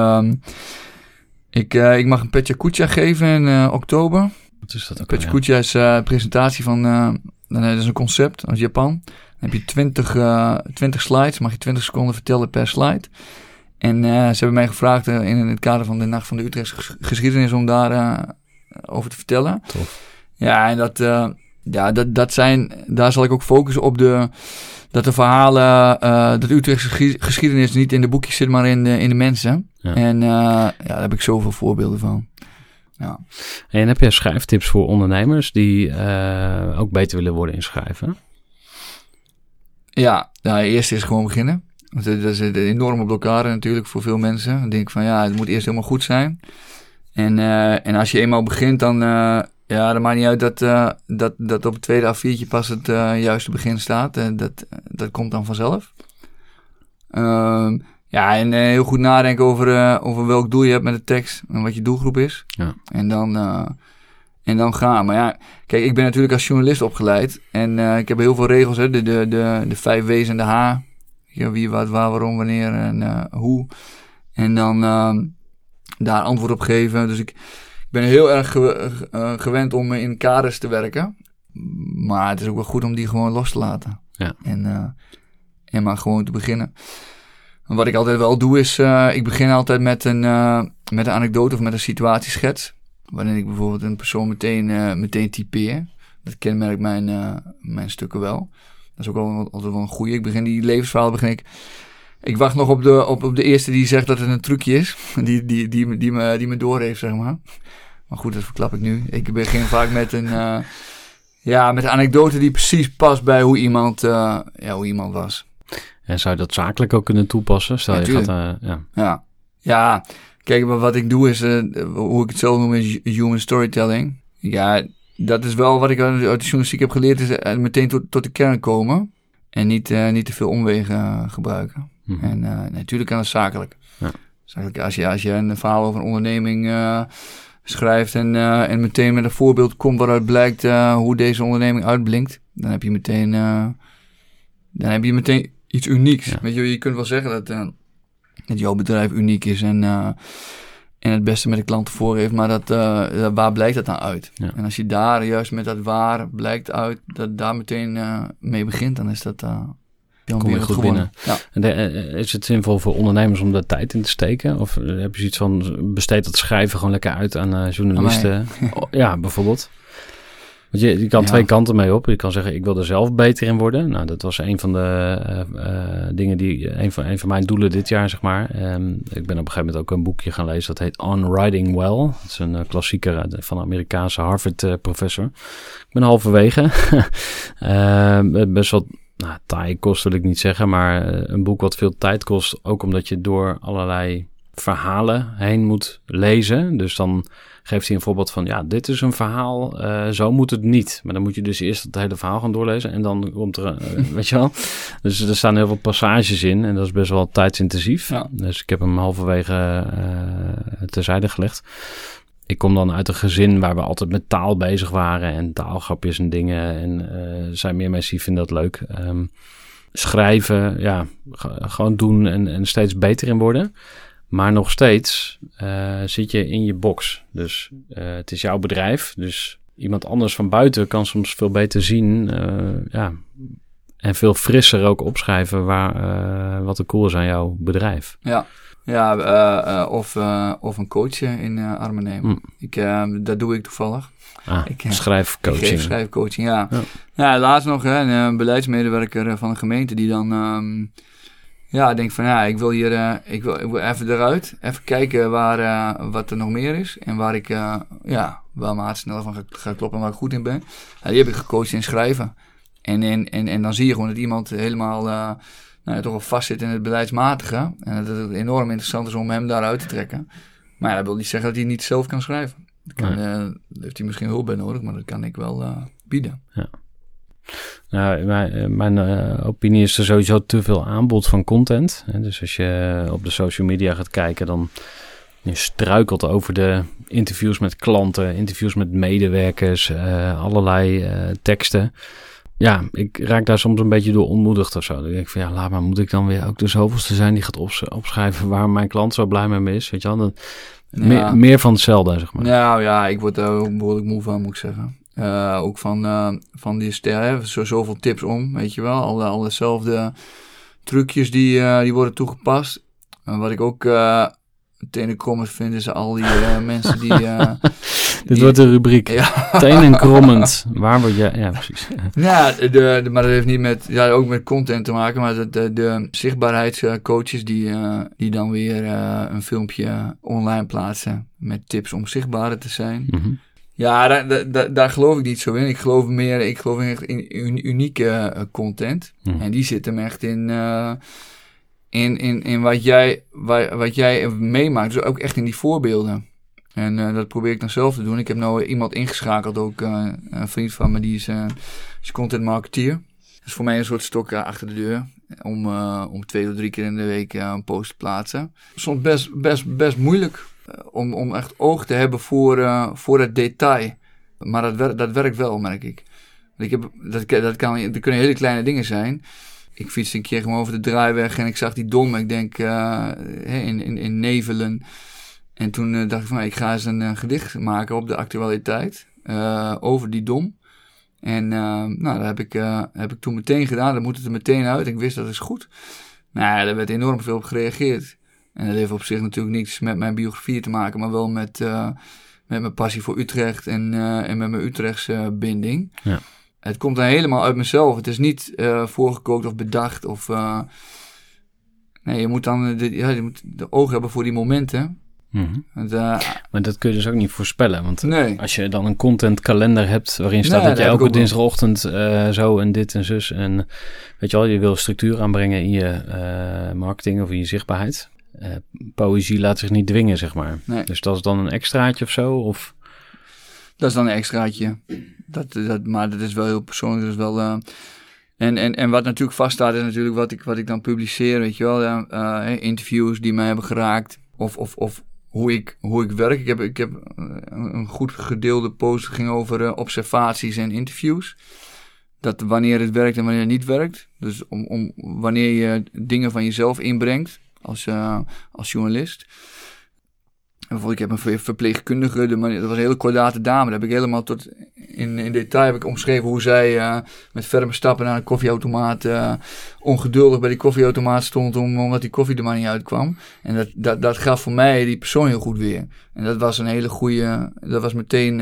Speaker 2: ik mag een Pecha Kucha geven in oktober.
Speaker 1: Wat is dat ook?
Speaker 2: Pecha Kucha is een presentatie van, dat is een concept uit Japan. Dan heb je 20 slides, mag je 20 seconden vertellen per slide. En ze hebben mij gevraagd in het kader van de Nacht van de Utrechtse Geschiedenis om daar over te vertellen.
Speaker 1: Tof.
Speaker 2: Ja, en daar zal ik ook focussen op dat de verhalen, dat de Utrechtse geschiedenis niet in de boekjes zit, maar in de mensen. Ja. En daar heb ik zoveel voorbeelden van. Ja.
Speaker 1: En heb jij schrijftips voor ondernemers die ook beter willen worden in schrijven?
Speaker 2: Ja, eerst is gewoon beginnen. Dat is een enorme blokkade natuurlijk voor veel mensen. Dan denk ik van het moet eerst helemaal goed zijn. En als je eenmaal begint, dan maakt niet uit dat op het tweede A4'tje pas het juiste begin staat. Dat komt dan vanzelf. En heel goed nadenken over welk doel je hebt met de tekst en wat je doelgroep is. Ja. En dan gaan. Maar ja, kijk, ik ben natuurlijk als journalist opgeleid. En ik heb heel veel regels, hè, de 5 W's en de H. Ja, wie, wat, waar, waarom, wanneer en hoe. En dan daar antwoord op geven. Dus ik ben heel erg gewend om in kaders te werken. Maar het is ook wel goed om die gewoon los te laten. Ja. En maar gewoon te beginnen. En wat ik altijd wel doe is, ik begin altijd met een anekdote of met een situatieschets. Waarin ik bijvoorbeeld een persoon meteen typeer. Dat kenmerkt mijn stukken wel. Dat is ook altijd wel een goeie. Die levensverhaal begin ik. Ik wacht nog op de eerste die zegt dat het een trucje is. Die me door heeft, zeg maar. Maar goed, dat verklap ik nu. Ik begin vaak met met een anekdote die precies past bij hoe iemand was.
Speaker 1: En zou je dat zakelijk ook kunnen toepassen? Stel je gaat...
Speaker 2: Ja, kijk, wat ik doe is, hoe ik het zelf noem, is human storytelling. Ja, dat is wel wat ik uit de journalistiek heb geleerd, is meteen tot de kern komen. En niet te veel omwegen gebruiken. Mm-hmm. En natuurlijk kan het zakelijk. Ja. Zakelijk als je een verhaal over een onderneming schrijft en meteen met een voorbeeld komt waaruit blijkt hoe deze onderneming uitblinkt, dan heb je meteen iets unieks. Ja. Weet je kunt wel zeggen dat jouw bedrijf uniek is en het beste met de klanten voor heeft, maar waar blijkt dat nou uit? Ja. En als je daar juist met dat waar blijkt uit, dat daar meteen mee begint, dan is dat
Speaker 1: kom je goed binnen. Ja. En is het zinvol voor ondernemers om daar tijd in te steken? Of heb je zoiets van, besteed dat schrijven gewoon lekker uit aan journalisten? Ja, bijvoorbeeld. Want je kan twee kanten mee op. Je kan zeggen, ik wil er zelf beter in worden. Nou, dat was een van de dingen een van mijn doelen dit jaar, zeg maar. Ik ben op een gegeven moment ook een boekje gaan lezen. Dat heet On Writing Well. Dat is een klassieker van een Amerikaanse Harvard-professor. Ik ben halverwege. Best wel taai kost wil ik niet zeggen. Maar een boek wat veel tijd kost. Ook omdat je door allerlei verhalen heen moet lezen. Dus dan geeft hij een voorbeeld van, dit is een verhaal, zo moet het niet. Maar dan moet je dus eerst het hele verhaal gaan doorlezen en dan komt er, weet je wel. Dus er staan heel veel passages in en dat is best wel tijdsintensief. Ja. Dus ik heb hem halverwege terzijde gelegd. Ik kom dan uit een gezin waar we altijd met taal bezig waren en taalgrapjes en dingen. En er zijn meer mensen die vinden dat leuk. Schrijven, gewoon doen en steeds beter in worden. Maar nog steeds zit je in je box. Dus het is jouw bedrijf. Dus iemand anders van buiten kan soms veel beter zien. En veel frisser ook opschrijven wat er cool is aan jouw bedrijf.
Speaker 2: Of een coach in armen nemen. Dat doe ik toevallig.
Speaker 1: Schrijfcoaching.
Speaker 2: Ik geef schrijfcoaching, ja. Laatst nog een beleidsmedewerker van een gemeente die dan... ik denk van ik wil hier, ik wil even eruit. Even kijken wat er nog meer is. En waar ik wel maat sneller van ga kloppen en waar ik goed in ben. Die heb ik gecoacht in schrijven. En dan zie je gewoon dat iemand helemaal toch wel vast zit in het beleidsmatige. En dat het enorm interessant is om hem daaruit te trekken. Maar dat wil niet zeggen dat hij niet zelf kan schrijven. Daar heeft hij misschien hulp bij nodig, maar dat kan ik wel bieden.
Speaker 3: Ja. Nou, mijn opinie is er sowieso te veel aanbod van content. Dus als je op de social media gaat kijken, dan je struikelt over de interviews met klanten, interviews met medewerkers, allerlei teksten. Ja, ik raak daar soms een beetje door ontmoedigd of zo. Dan denk ik van laat maar, moet ik dan weer ook de zoveelste zijn die gaat opschrijven waar mijn klant zo blij mee is? Weet je wel? Meer van hetzelfde, zeg maar.
Speaker 2: Nou ja, ik word daar ook behoorlijk moe van, moet ik zeggen. Ook van die sterren, zoveel tips om, weet je wel. Al dezelfde trucjes die worden toegepast. En wat ik ook meteen comments vind, is al die mensen die...
Speaker 3: Dit wordt de rubriek. Ja. Tenen krommend. Waar word je... Ja, precies.
Speaker 2: Ja, maar dat heeft niet met... Ja, ook met content te maken. Maar de zichtbaarheidscoaches die dan weer een filmpje online plaatsen met tips om zichtbaarder te zijn. Mm-hmm. Ja, daar geloof ik niet zo in. Ik geloof echt in unieke content. Mm. En die zit hem echt in wat jij meemaakt. Dus ook echt in die voorbeelden. En dat probeer ik dan zelf te doen. Ik heb nou iemand ingeschakeld, ook een vriend van me, die is content marketeer. Dat is voor mij een soort stok achter de deur. Om 2 of 3 keer in de week een post te plaatsen. Soms best moeilijk om echt oog te hebben voor het detail. Maar dat werkt wel, merk ik. Dat kunnen hele kleine dingen zijn. Ik fietste een keer gewoon over de draaiweg en ik zag die dom. Ik denk in Nevelen. En toen dacht ik van, ik ga eens een gedicht maken op de actualiteit over die dom. En dat heb ik toen meteen gedaan. Dat moet het er meteen uit. Ik wist dat is goed. Nou, daar werd enorm veel op gereageerd. En dat heeft op zich natuurlijk niets met mijn biografie te maken, maar wel met mijn passie voor Utrecht en met mijn Utrechtse binding. Ja. Het komt dan helemaal uit mezelf. Het is niet voorgekookt of bedacht. Nee, je moet dan de ogen hebben voor die momenten.
Speaker 3: Mm-hmm. Maar dat kun je dus ook niet voorspellen. Want als je dan een contentkalender hebt waarin staat dat je elke dinsdagochtend zo en dit en zus. En weet je wel, je wil structuur aanbrengen in je marketing of in je zichtbaarheid. Poëzie laat zich niet dwingen, zeg maar. Nee. Dus dat is dan een extraatje of zo? Of?
Speaker 2: Dat is dan een extraatje. Maar dat is wel heel persoonlijk. Dat is wel, en wat natuurlijk vaststaat is natuurlijk wat ik dan publiceer. Weet je wel, interviews die mij hebben geraakt. Of hoe ik werk. Ik heb een goed gedeelde post ging over observaties en interviews. Dat wanneer het werkt en wanneer het niet werkt. Dus om wanneer je dingen van jezelf inbrengt als journalist. Bijvoorbeeld, ik heb een verpleegkundige, dat was een hele kordate dame. Daar heb ik helemaal tot in detail heb ik omschreven hoe zij met ferme stappen naar een koffieautomaat ongeduldig bij die koffieautomaat stond omdat die koffie er maar niet uitkwam. En dat gaf voor mij die persoon heel goed weer. En dat was een hele goede, dat was meteen,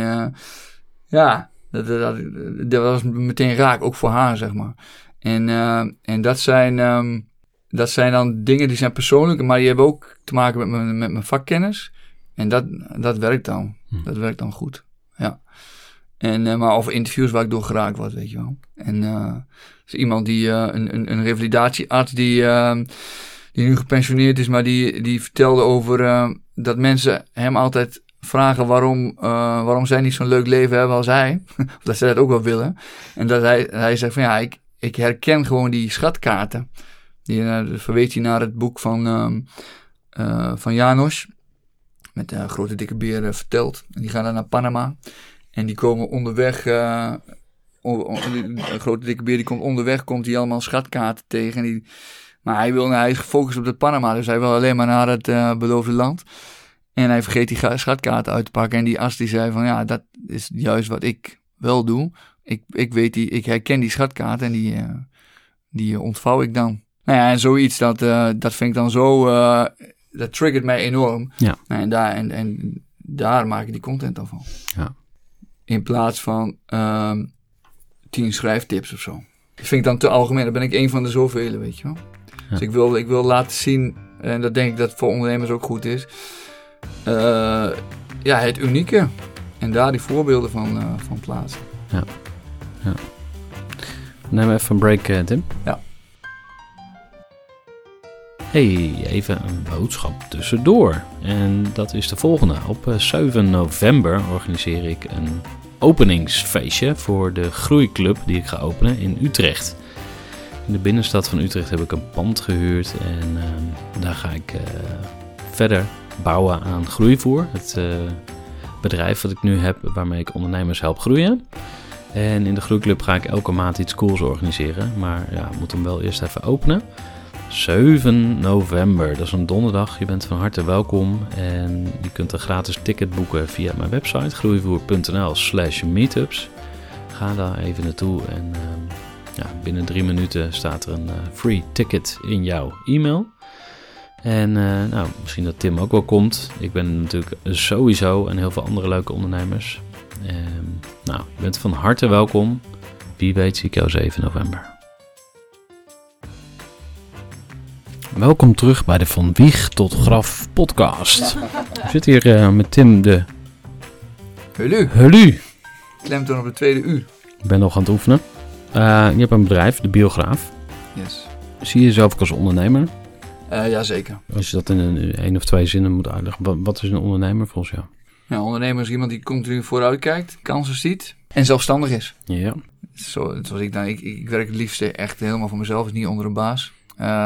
Speaker 2: dat was meteen raak, ook voor haar, zeg maar. En dat zijn dan dingen die zijn persoonlijk, maar die hebben ook te maken met mijn vakkennis. En dat werkt dan. Dat werkt dan goed. Ja. En, maar over interviews waar ik door geraakt word, weet je wel. En is iemand die, een revalidatiearts die nu gepensioneerd is, maar die vertelde over dat mensen hem altijd vragen waarom zij niet zo'n leuk leven hebben als hij. Of dat zij dat ook wel willen. En dat hij zegt van ik herken gewoon die schatkaarten. Die verweet hij naar het boek van Janos. Met een grote dikke beer verteld. En die gaan dan naar Panama. En die komen onderweg. Een grote dikke beer die komt onderweg. Komt hij allemaal schatkaarten tegen. Maar hij is gefocust op dat Panama. Dus hij wil alleen maar naar het beloofde land. En hij vergeet die schatkaarten uit te pakken. En die arts die zei van dat is juist wat ik wel doe. Ik herken die schatkaarten. En die ontvouw ik dan. Nou ja, en zoiets, dat vind ik dan zo... dat triggert mij enorm. Ja. En daar maak ik die content dan van. Ja. In plaats van 10 schrijftips of zo. Dat vind ik dan te algemeen. Dan ben ik een van de zoveel, weet je wel. Dus ik wil laten zien, en dat denk ik dat voor ondernemers ook goed is, het unieke. En daar die voorbeelden van plaatsen.
Speaker 3: Ja. Neem even een break, Tim.
Speaker 2: Ja.
Speaker 3: Hey, even een boodschap tussendoor. En dat is de volgende. Op 7 november organiseer ik een openingsfeestje voor de Groeiclub die ik ga openen in Utrecht. In de binnenstad van Utrecht heb ik een pand gehuurd en daar ga ik verder bouwen aan Groeivoer. Het bedrijf wat ik nu heb waarmee ik ondernemers help groeien. En in de Groeiclub ga ik elke maand iets cools organiseren, maar ja, ik moet hem wel eerst even openen. 7 november, dat is een donderdag. Je bent van harte welkom en je kunt een gratis ticket boeken via mijn website groeivoer.nl/meetups. Ga daar even naartoe en binnen 3 minuten staat er een free ticket in jouw e-mail. En misschien dat Tim ook wel komt. Ik ben natuurlijk sowieso en heel veel andere leuke ondernemers. Je bent van harte welkom. Wie weet zie ik jou 7 november. Welkom terug bij de Van Wieg tot Graf podcast. We zitten hier met Tim de Helu.
Speaker 2: Klemtoon op de tweede U.
Speaker 3: Ik ben nog aan het oefenen. Je hebt een bedrijf, de Biograaf.
Speaker 2: Yes.
Speaker 3: Zie je jezelf ook als ondernemer?
Speaker 2: Jazeker.
Speaker 3: Als je dat in 1 of 2 zinnen moet uitleggen. Wat is een ondernemer volgens jou?
Speaker 2: Ja, ondernemer is iemand die continu vooruit kijkt, kansen ziet en zelfstandig is.
Speaker 3: Ja.
Speaker 2: Zoals ik werk het liefste echt helemaal voor mezelf, is niet onder een baas.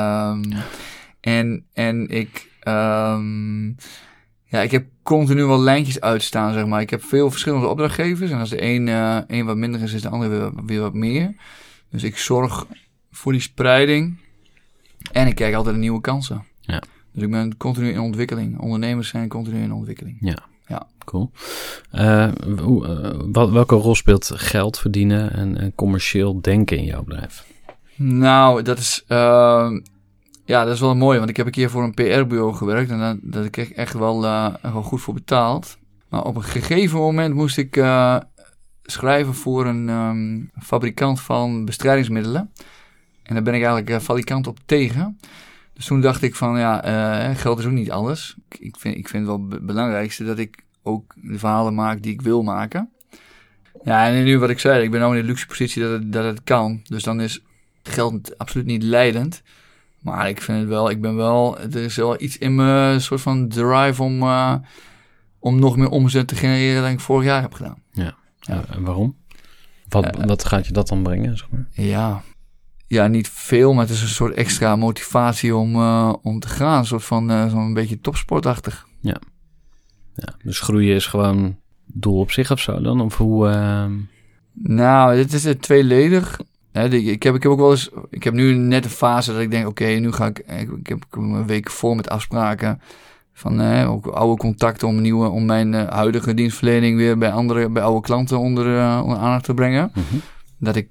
Speaker 2: Ik heb continu wel lijntjes uitstaan, zeg maar. Ik heb veel verschillende opdrachtgevers. En als de een wat minder is de ander weer wat meer. Dus ik zorg voor die spreiding. En ik kijk altijd naar nieuwe kansen.
Speaker 3: Ja.
Speaker 2: Dus ik ben continu in ontwikkeling. Ondernemers zijn continu in ontwikkeling.
Speaker 3: Ja. Cool. Welke rol speelt geld verdienen en commercieel denken in jouw bedrijf?
Speaker 2: Nou, dat is wel mooi, want ik heb een keer voor een PR-bureau gewerkt en dat kreeg ik echt wel goed voor betaald. Maar op een gegeven moment moest ik schrijven voor een fabrikant van bestrijdingsmiddelen. En daar ben ik eigenlijk falikant op tegen. Dus toen dacht ik van, geld is ook niet alles. Ik vind het wel het belangrijkste dat ik ook de verhalen maak die ik wil maken. Ja, en nu wat ik zei, ik ben nu in de luxe positie dat het kan. Dus dan is geld absoluut niet leidend. Maar ik vind het wel, er is wel iets in me, een soort van drive om nog meer omzet te genereren dan ik vorig jaar heb gedaan.
Speaker 3: Ja. En waarom? Wat gaat je dat dan brengen? Zeg maar?
Speaker 2: Ja, niet veel, maar het is een soort extra motivatie om te gaan. Een soort van zo'n beetje topsportachtig.
Speaker 3: Ja. Dus groeien is gewoon doel op zich of zo dan? Of hoe?
Speaker 2: Nou, dit is tweeledig. Ik heb ook wel eens. Ik heb nu net een fase dat ik denk, oké, nu ga ik. Ik heb een week vol met afspraken van ook oude contacten om mijn huidige dienstverlening weer bij oude klanten onder aandacht te brengen.
Speaker 3: Mm-hmm.
Speaker 2: Dat ik.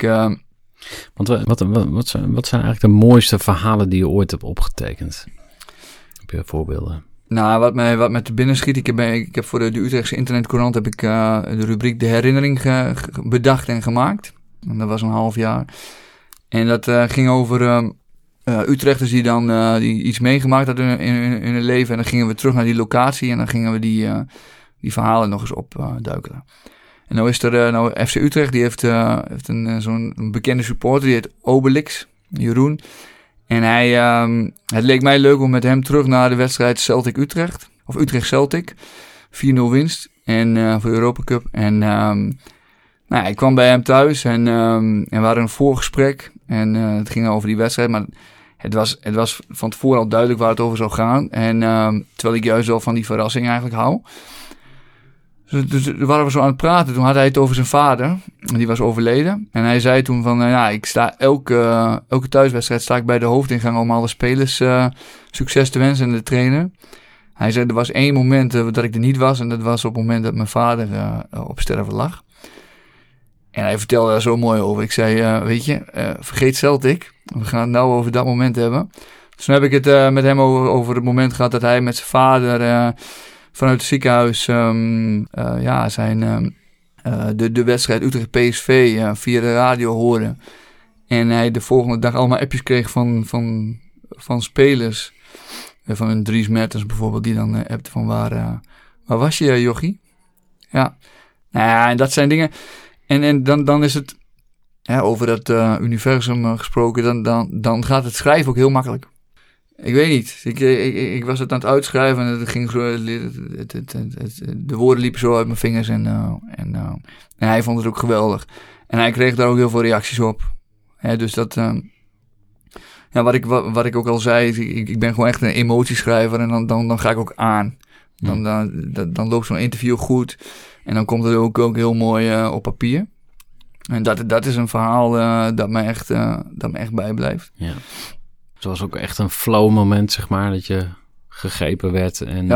Speaker 3: Wat zijn eigenlijk de mooiste verhalen die je ooit hebt opgetekend? Heb je voorbeelden?
Speaker 2: Nou, wat me te binnen schiet, ik heb voor de Utrechtse Internetcourant heb ik de rubriek De Herinnering bedacht en gemaakt. En dat was een half jaar. En dat ging over Utrechters die iets meegemaakt hadden in hun leven. En dan gingen we terug naar die locatie en dan gingen we die verhalen nog eens opduikelen. En nou is er FC Utrecht, die heeft zo'n bekende supporter, die heet Obelix, Jeroen. En het leek mij leuk om met hem terug naar de wedstrijd Celtic Utrecht, of Utrecht Celtic, 4-0 winst en voor de Europa Cup. En ik kwam bij hem thuis en we hadden een voorgesprek en het ging over die wedstrijd, maar het was van tevoren al duidelijk waar het over zou gaan. En terwijl ik juist wel van die verrassing eigenlijk hou. Dus waren we zo aan het praten. Toen had hij het over zijn vader. Die was overleden. En hij zei toen van, ik sta elke thuiswedstrijd sta ik bij de hoofdingang om alle spelers succes te wensen en de trainer. Hij zei, er was 1 moment dat ik er niet was. En dat was op het moment dat mijn vader op sterven lag. En hij vertelde daar zo mooi over. Ik zei, vergeet Celtic. We gaan het nou over dat moment hebben. Dus toen heb ik het met hem over het moment gehad dat hij met zijn vader vanuit het ziekenhuis de wedstrijd Utrecht PSV via de radio hoorde. En hij de volgende dag allemaal appjes kreeg van van spelers. Van een Dries Mertens bijvoorbeeld, die dan appt van waar was je, jochie? Ja. Nou ja, en dat zijn dingen. En dan is het, over dat universum gesproken, dan gaat het schrijven ook heel makkelijk. Ik weet niet. Ik was het aan het uitschrijven en het ging zo, de woorden liepen zo uit mijn vingers en hij vond het ook geweldig. En hij kreeg daar ook heel veel reacties op. Dus dat, wat ik ook al zei, ik ben gewoon echt een emotieschrijver en dan ga ik ook aan. Dan loopt zo'n interview goed en dan komt het ook heel mooi op papier. En dat is een verhaal dat me echt bijblijft.
Speaker 3: Ja. Het was ook echt een flow moment, zeg maar, dat je gegrepen werd. En...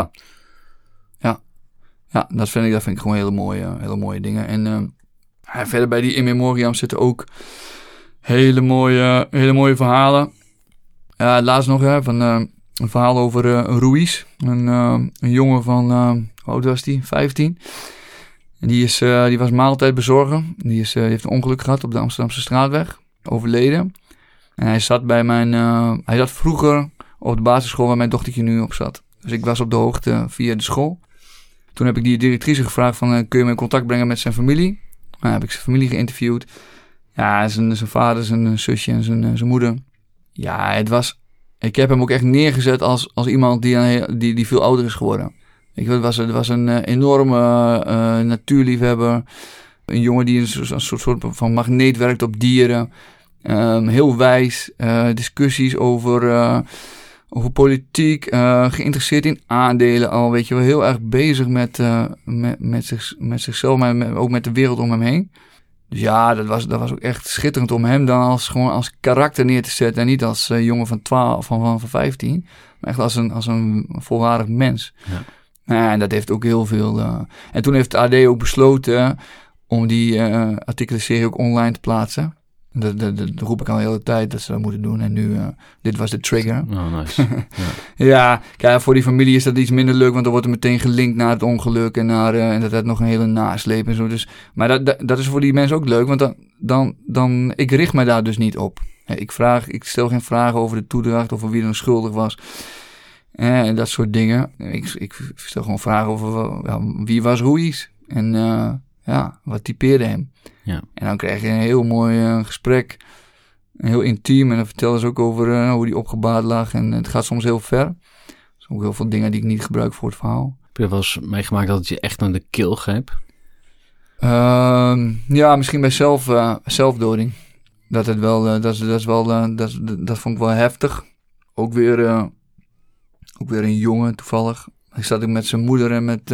Speaker 2: Ja, dat vind ik gewoon hele mooie dingen. En verder bij die In Memoriam zitten ook hele mooie verhalen. Laatst nog een verhaal over Ruiz. Een jongen van, hoe oud was die? 15. En die was maaltijdbezorger. Die heeft een ongeluk gehad op de Amsterdamse Straatweg. Overleden. En hij zat vroeger op de basisschool waar mijn dochtertje nu op zat. Dus ik was op de hoogte via de school. Toen heb ik die directrice gevraagd van, kun je me in contact brengen met zijn familie? Dan heb ik zijn familie geïnterviewd. Ja, zijn vader, zijn zusje en zijn moeder. Ja, ik heb hem ook echt neergezet als iemand die veel ouder is geworden. Het was een enorme natuurliefhebber. Een jongen die een soort van magneet werkt op dieren. Heel wijs. Discussies over politiek. Geïnteresseerd in aandelen al. Weet je wel, heel erg bezig met zichzelf. Maar ook met de wereld om hem heen. Dus ja, dat was ook echt schitterend om hem dan gewoon als karakter neer te zetten. En niet als jongen van 12 van 15. Maar echt als een volwaardig mens.
Speaker 3: Ja.
Speaker 2: En dat heeft ook heel veel... En toen heeft de AD ook besloten om die artikelenserie ook online te plaatsen. Dat roep ik al de hele tijd dat ze dat moeten doen. En nu, dit was de trigger.
Speaker 3: Oh, nice.
Speaker 2: Ja, kijk, voor die familie is dat iets minder leuk, want dan wordt er meteen gelinkt naar het ongeluk en dat had nog een hele nasleep en zo. Dus, maar dat is voor die mensen ook leuk, want dan ik richt me daar dus niet op. Ik stel geen vragen over de toedracht, over wie er schuldig was. En dat soort dingen. Ik stel gewoon vragen over wie was Ruiz. En wat typeerde hem.
Speaker 3: Ja.
Speaker 2: En dan krijg je een heel mooi gesprek. Heel intiem. En dan vertellen ze ook over hoe die opgebaard lag. En het gaat soms heel ver. Er zijn ook heel veel dingen die ik niet gebruik voor het verhaal.
Speaker 3: Heb je wel eens meegemaakt dat het je echt naar de keel greep?
Speaker 2: Ja, misschien bij zelfdoding. Dat vond ik wel heftig. Ook weer een jongen toevallig. Ik zat met zijn moeder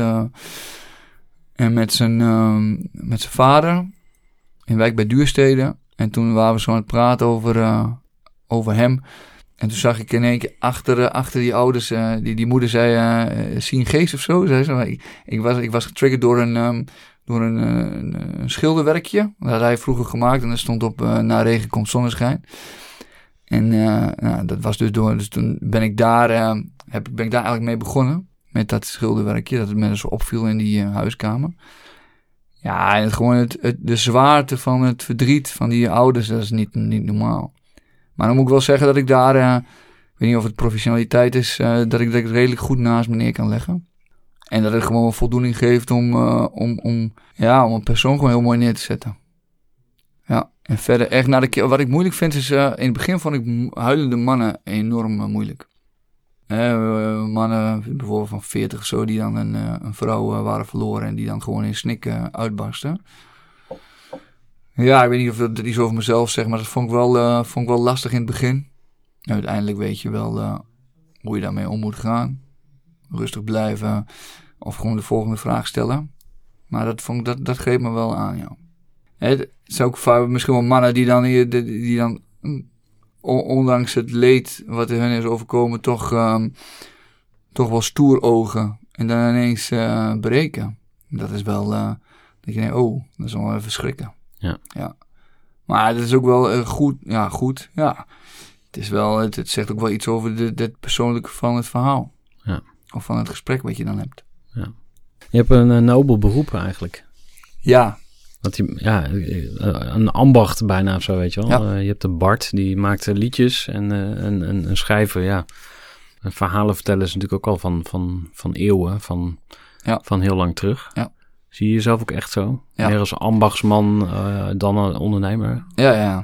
Speaker 2: en met zijn vader in wijk bij Duurstede. En toen waren we zo aan het praten over hem. En toen zag ik in één keer achter die ouders, die moeder zei, zie een geest of zo. Zei ze. Ik was getriggerd door een schilderwerkje. Dat had hij vroeger gemaakt en dat stond op na regen komt zonneschijn. En dat was dus toen ben ik daar eigenlijk mee begonnen. Met dat schilderwerkje, dat het me zo opviel in die huiskamer. Ja, en gewoon de zwaarte van het verdriet van die ouders, dat is niet normaal. Maar dan moet ik wel zeggen dat ik daar, ik weet niet of het professionaliteit is, dat ik redelijk goed naast me neer kan leggen. En dat het gewoon wel voldoening geeft om een persoon gewoon heel mooi neer te zetten. Ja, en verder echt naar de keel. Wat ik moeilijk vind is, in het begin vond ik huilende mannen enorm moeilijk. Mannen bijvoorbeeld van 40 of zo, die dan een vrouw waren verloren en die dan gewoon in snikken uitbarsten. Ja, ik weet niet of dat iets over mezelf zegt, maar dat vond ik wel lastig in het begin. Uiteindelijk weet je wel hoe je daarmee om moet gaan. Rustig blijven of gewoon de volgende vraag stellen. Maar dat greep me wel aan, ja. Het zijn ook misschien wel mannen die dan ondanks het leed wat er hun is overkomen, toch wel stoer ogen. En dan ineens breken. Dat is wel, dat je denkt, dat is wel even schrikken. Ja. Maar dat is ook wel goed. Ja, goed. Ja. Het is wel, het zegt ook wel iets over het persoonlijke van het verhaal.
Speaker 3: Ja.
Speaker 2: Of van het gesprek wat je dan hebt.
Speaker 3: Ja. Je hebt een nobel beroep eigenlijk.
Speaker 2: Ja.
Speaker 3: Dat een ambacht bijna of zo, weet je wel.
Speaker 2: Ja.
Speaker 3: Je hebt de Bart, die maakt liedjes en een schrijver, ja. En verhalen vertellen is natuurlijk ook al van eeuwen, van heel lang terug.
Speaker 2: Ja.
Speaker 3: Zie je jezelf ook echt zo?
Speaker 2: Ja.
Speaker 3: Meer als ambachtsman dan een ondernemer?
Speaker 2: Ja.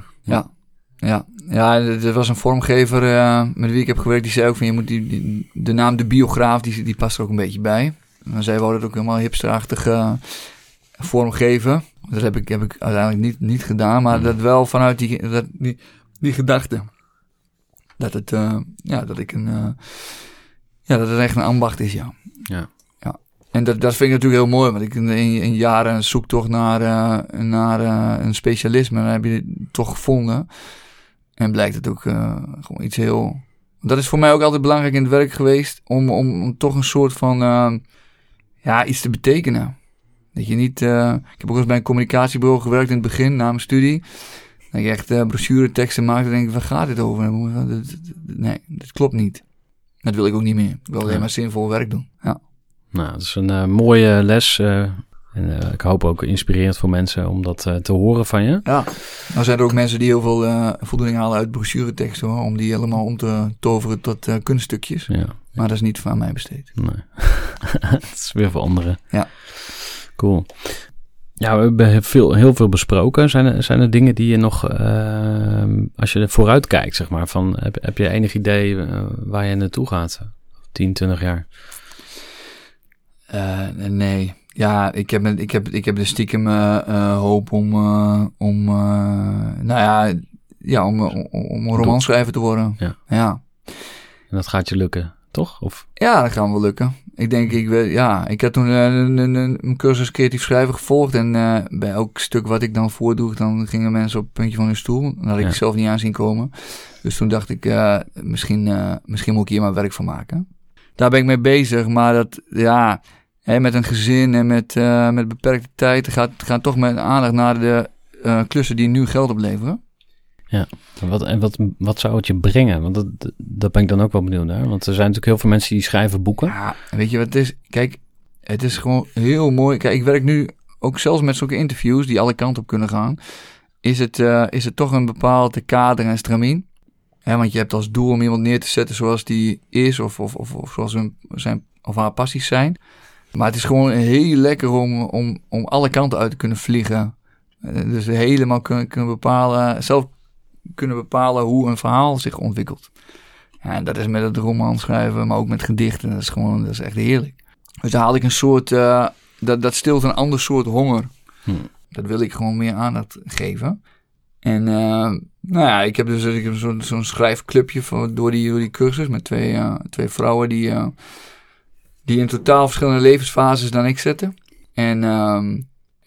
Speaker 2: Er was een vormgever met wie ik heb gewerkt, die zei ook van je moet de naam de biograaf, die past er ook een beetje bij. En zij wouden het ook helemaal hipsterachtig vormgeven. Dat heb ik uiteindelijk niet gedaan, maar dat wel vanuit die gedachte. Dat het echt een ambacht is, ja.
Speaker 3: Ja.
Speaker 2: En dat vind ik natuurlijk heel mooi, want ik in jaren zoek toch naar een specialisme. En dan heb je het toch gevonden. En blijkt het ook gewoon iets heel... Dat is voor mij ook altijd belangrijk in het werk geweest, om toch een soort van iets te betekenen. Dat je niet... ik heb ook eens bij een communicatiebureau gewerkt in het begin, na mijn studie. Dat je echt brochureteksten maakt en denk ik, waar gaat dit over? Nee, dat klopt niet. Dat wil ik ook niet meer. Ik wil alleen maar zinvol werk doen. Ja.
Speaker 3: Nou, dat is een mooie les. En ik hoop ook inspirerend voor mensen om dat te horen van je.
Speaker 2: Ja, nou zijn er ook mensen die heel veel voldoening halen uit brochureteksten, hoor, om die helemaal om te toveren tot kunststukjes. Ja. Maar dat is niet van mij besteed.
Speaker 3: Nee, dat is weer voor anderen.
Speaker 2: Ja.
Speaker 3: Cool. Ja, we hebben heel veel besproken. Zijn er dingen die je nog, als je er vooruit kijkt, zeg maar, van heb je enig idee waar je naartoe gaat? 10, 20 jaar?
Speaker 2: Nee. Ja, ik heb de stiekem hoop om een romanschrijver te worden. Ja.
Speaker 3: En dat gaat je lukken, toch? Of?
Speaker 2: Ja, dat gaat wel lukken. Ik denk, ik heb toen een cursus creatief schrijven gevolgd. En bij elk stuk wat ik dan voordroeg, dan gingen mensen op het puntje van hun stoel. Dat had ik zelf niet aan zien komen. Dus toen dacht ik, misschien moet ik hier maar werk van maken. Daar ben ik mee bezig, maar dat, met een gezin en met beperkte tijd gaat toch met aandacht naar de klussen die nu geld opleveren.
Speaker 3: Ja, wat zou het je brengen? Want dat ben ik dan ook wel benieuwd naar. Want er zijn natuurlijk heel veel mensen die schrijven boeken.
Speaker 2: Ja, weet je wat het is? Kijk, het is gewoon heel mooi. Kijk, ik werk nu ook zelfs met zulke interviews die alle kanten op kunnen gaan. Is het toch een bepaald kader en stramien? Want je hebt als doel om iemand neer te zetten zoals die is of zoals zijn of haar passies zijn. Maar het is gewoon heel lekker om alle kanten uit te kunnen vliegen. Dus helemaal zelf kunnen bepalen hoe een verhaal zich ontwikkelt. Ja, en dat is met het roman schrijven, maar ook met gedichten. Dat is echt heerlijk. Dus daar haal ik een soort... dat stilt een ander soort honger. Dat wil ik gewoon meer aandacht geven. En ik heb zo'n schrijfclubje door die cursus met twee vrouwen die in totaal verschillende levensfases dan ik zitten. En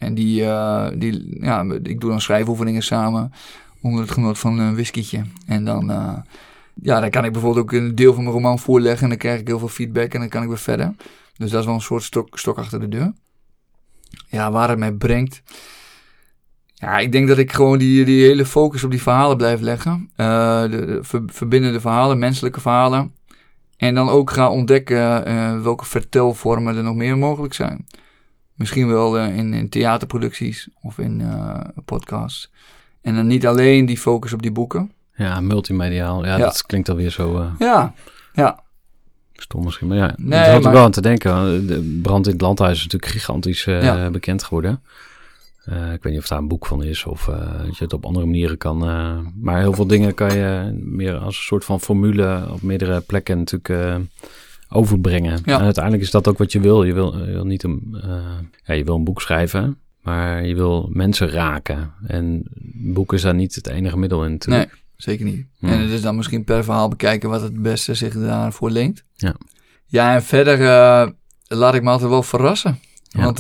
Speaker 2: ik doe dan schrijfoefeningen samen onder het genot van een whiskytje. En dan kan ik bijvoorbeeld ook een deel van mijn roman voorleggen en dan krijg ik heel veel feedback en dan kan ik weer verder. Dus dat is wel een soort stok achter de deur. Ja, waar het mij brengt. Ja, ik denk dat ik gewoon die hele focus op die verhalen blijf leggen. De verbindende verhalen, menselijke verhalen. En dan ook ga ontdekken welke vertelvormen er nog meer mogelijk zijn. Misschien wel in theaterproducties of in podcasts. En dan niet alleen die focus op die boeken.
Speaker 3: Ja, multimediaal. Ja, dat klinkt alweer zo...
Speaker 2: Ja.
Speaker 3: Stom misschien, maar daar had ik wel aan te denken. De brand in het landhuis is natuurlijk gigantisch bekend geworden. Ik weet niet of daar een boek van is of dat je het op andere manieren kan. Maar heel veel dingen kan je meer als een soort van formule op meerdere plekken natuurlijk overbrengen. Ja. En uiteindelijk is dat ook wat je wil. Je wil niet je wil een boek schrijven, maar je wil mensen raken. En boek is daar niet het enige middel in natuurlijk.
Speaker 2: Nee, zeker niet. En het is dan misschien per verhaal bekijken wat het beste zich daarvoor leent. Ja, en verder laat ik me altijd wel verrassen. Ja. Want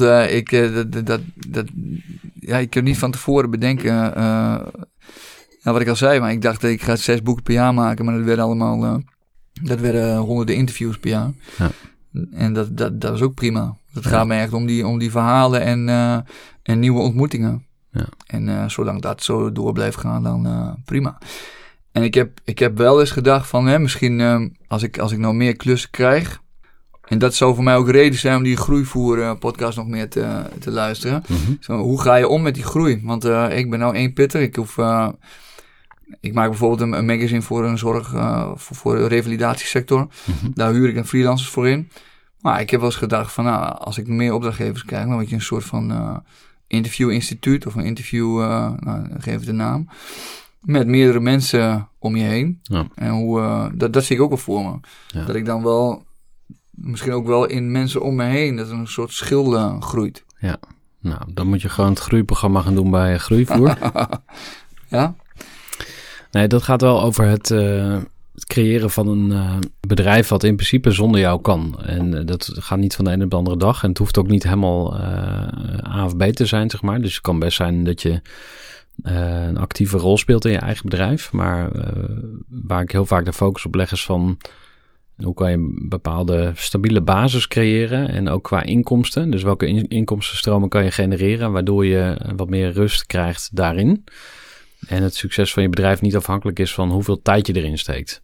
Speaker 2: ik kan niet van tevoren bedenken wat ik al zei. Maar ik dacht dat ik ga 6 boeken per jaar maken. Maar dat werden honderden interviews per jaar. Ja. En dat is ook prima. Het gaat mij echt om die verhalen en nieuwe ontmoetingen. Ja. En zolang dat zo door blijft gaan, dan prima. En ik heb wel eens gedacht van misschien als ik nou meer klussen krijg... En dat zou voor mij ook reden zijn om die groeivoer podcast nog meer te luisteren.
Speaker 3: Mhm.
Speaker 2: Zo, hoe ga je om met die groei? Want ik ben nou 1 pitter. Ik maak bijvoorbeeld een magazine voor een voor de revalidatiesector.
Speaker 3: Mhm.
Speaker 2: Daar huur ik een freelancers voor in. Maar ik heb wel eens gedacht van, als ik meer opdrachtgevers krijg, dan word je een soort van interview-instituut of een interview, geef de naam, met meerdere mensen om je heen.
Speaker 3: Ja.
Speaker 2: En dat zie ik ook wel voor me.
Speaker 3: Ja.
Speaker 2: Dat ik dan wel, misschien ook wel in mensen om me heen, dat er een soort schil groeit.
Speaker 3: Ja, nou, dan moet je gewoon het groeiprogramma gaan doen bij Groeivoer.
Speaker 2: Ja?
Speaker 3: Nee, dat gaat wel over het creëren van een bedrijf wat in principe zonder jou kan. En dat gaat niet van de ene op de andere dag. En het hoeft ook niet helemaal A of B te zijn, zeg maar. Dus het kan best zijn dat je een actieve rol speelt in je eigen bedrijf. Maar waar ik heel vaak de focus op leg is van, hoe kan je een bepaalde stabiele basis creëren en ook qua inkomsten. Dus welke inkomstenstromen kan je genereren, waardoor je wat meer rust krijgt daarin. En het succes van je bedrijf niet afhankelijk is van hoeveel tijd je erin steekt.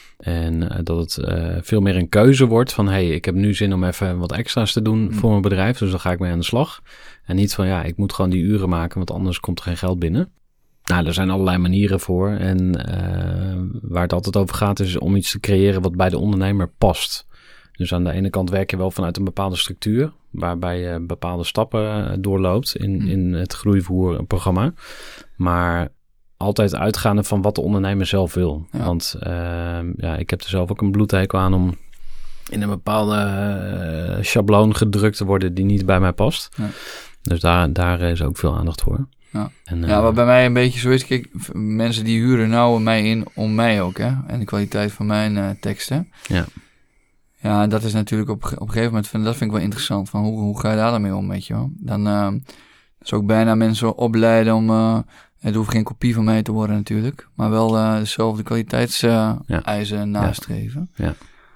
Speaker 3: En dat het veel meer een keuze wordt van, hey, ik heb nu zin om even wat extra's te doen voor mijn bedrijf, dus dan ga ik mee aan de slag. En niet van, ik moet gewoon die uren maken, want anders komt er geen geld binnen. Nou, er zijn allerlei manieren voor. En waar het altijd over gaat is om iets te creëren wat bij de ondernemer past. Dus aan de ene kant werk je wel vanuit een bepaalde structuur, waarbij je bepaalde stappen doorloopt in het groeivoerprogramma. Maar altijd uitgaande van wat de ondernemer zelf wil. Ja. Want ik heb er zelf ook een bloedhekel aan om in een bepaalde schabloon gedrukt te worden die niet bij mij past. Ja. Dus daar is ook veel aandacht voor.
Speaker 2: Ja. Wat bij mij een beetje zo is, kijk, mensen die huren nou mij in om mij ook, hè. En de kwaliteit van mijn teksten. Ja. Ja, dat is natuurlijk op een gegeven moment, dat vind ik wel interessant. Van hoe ga je daar dan mee om, weet je wel? Dan zou ik bijna mensen opleiden om, het hoeft geen kopie van mij te worden natuurlijk, maar wel dezelfde kwaliteitseisen nastreven. Ja.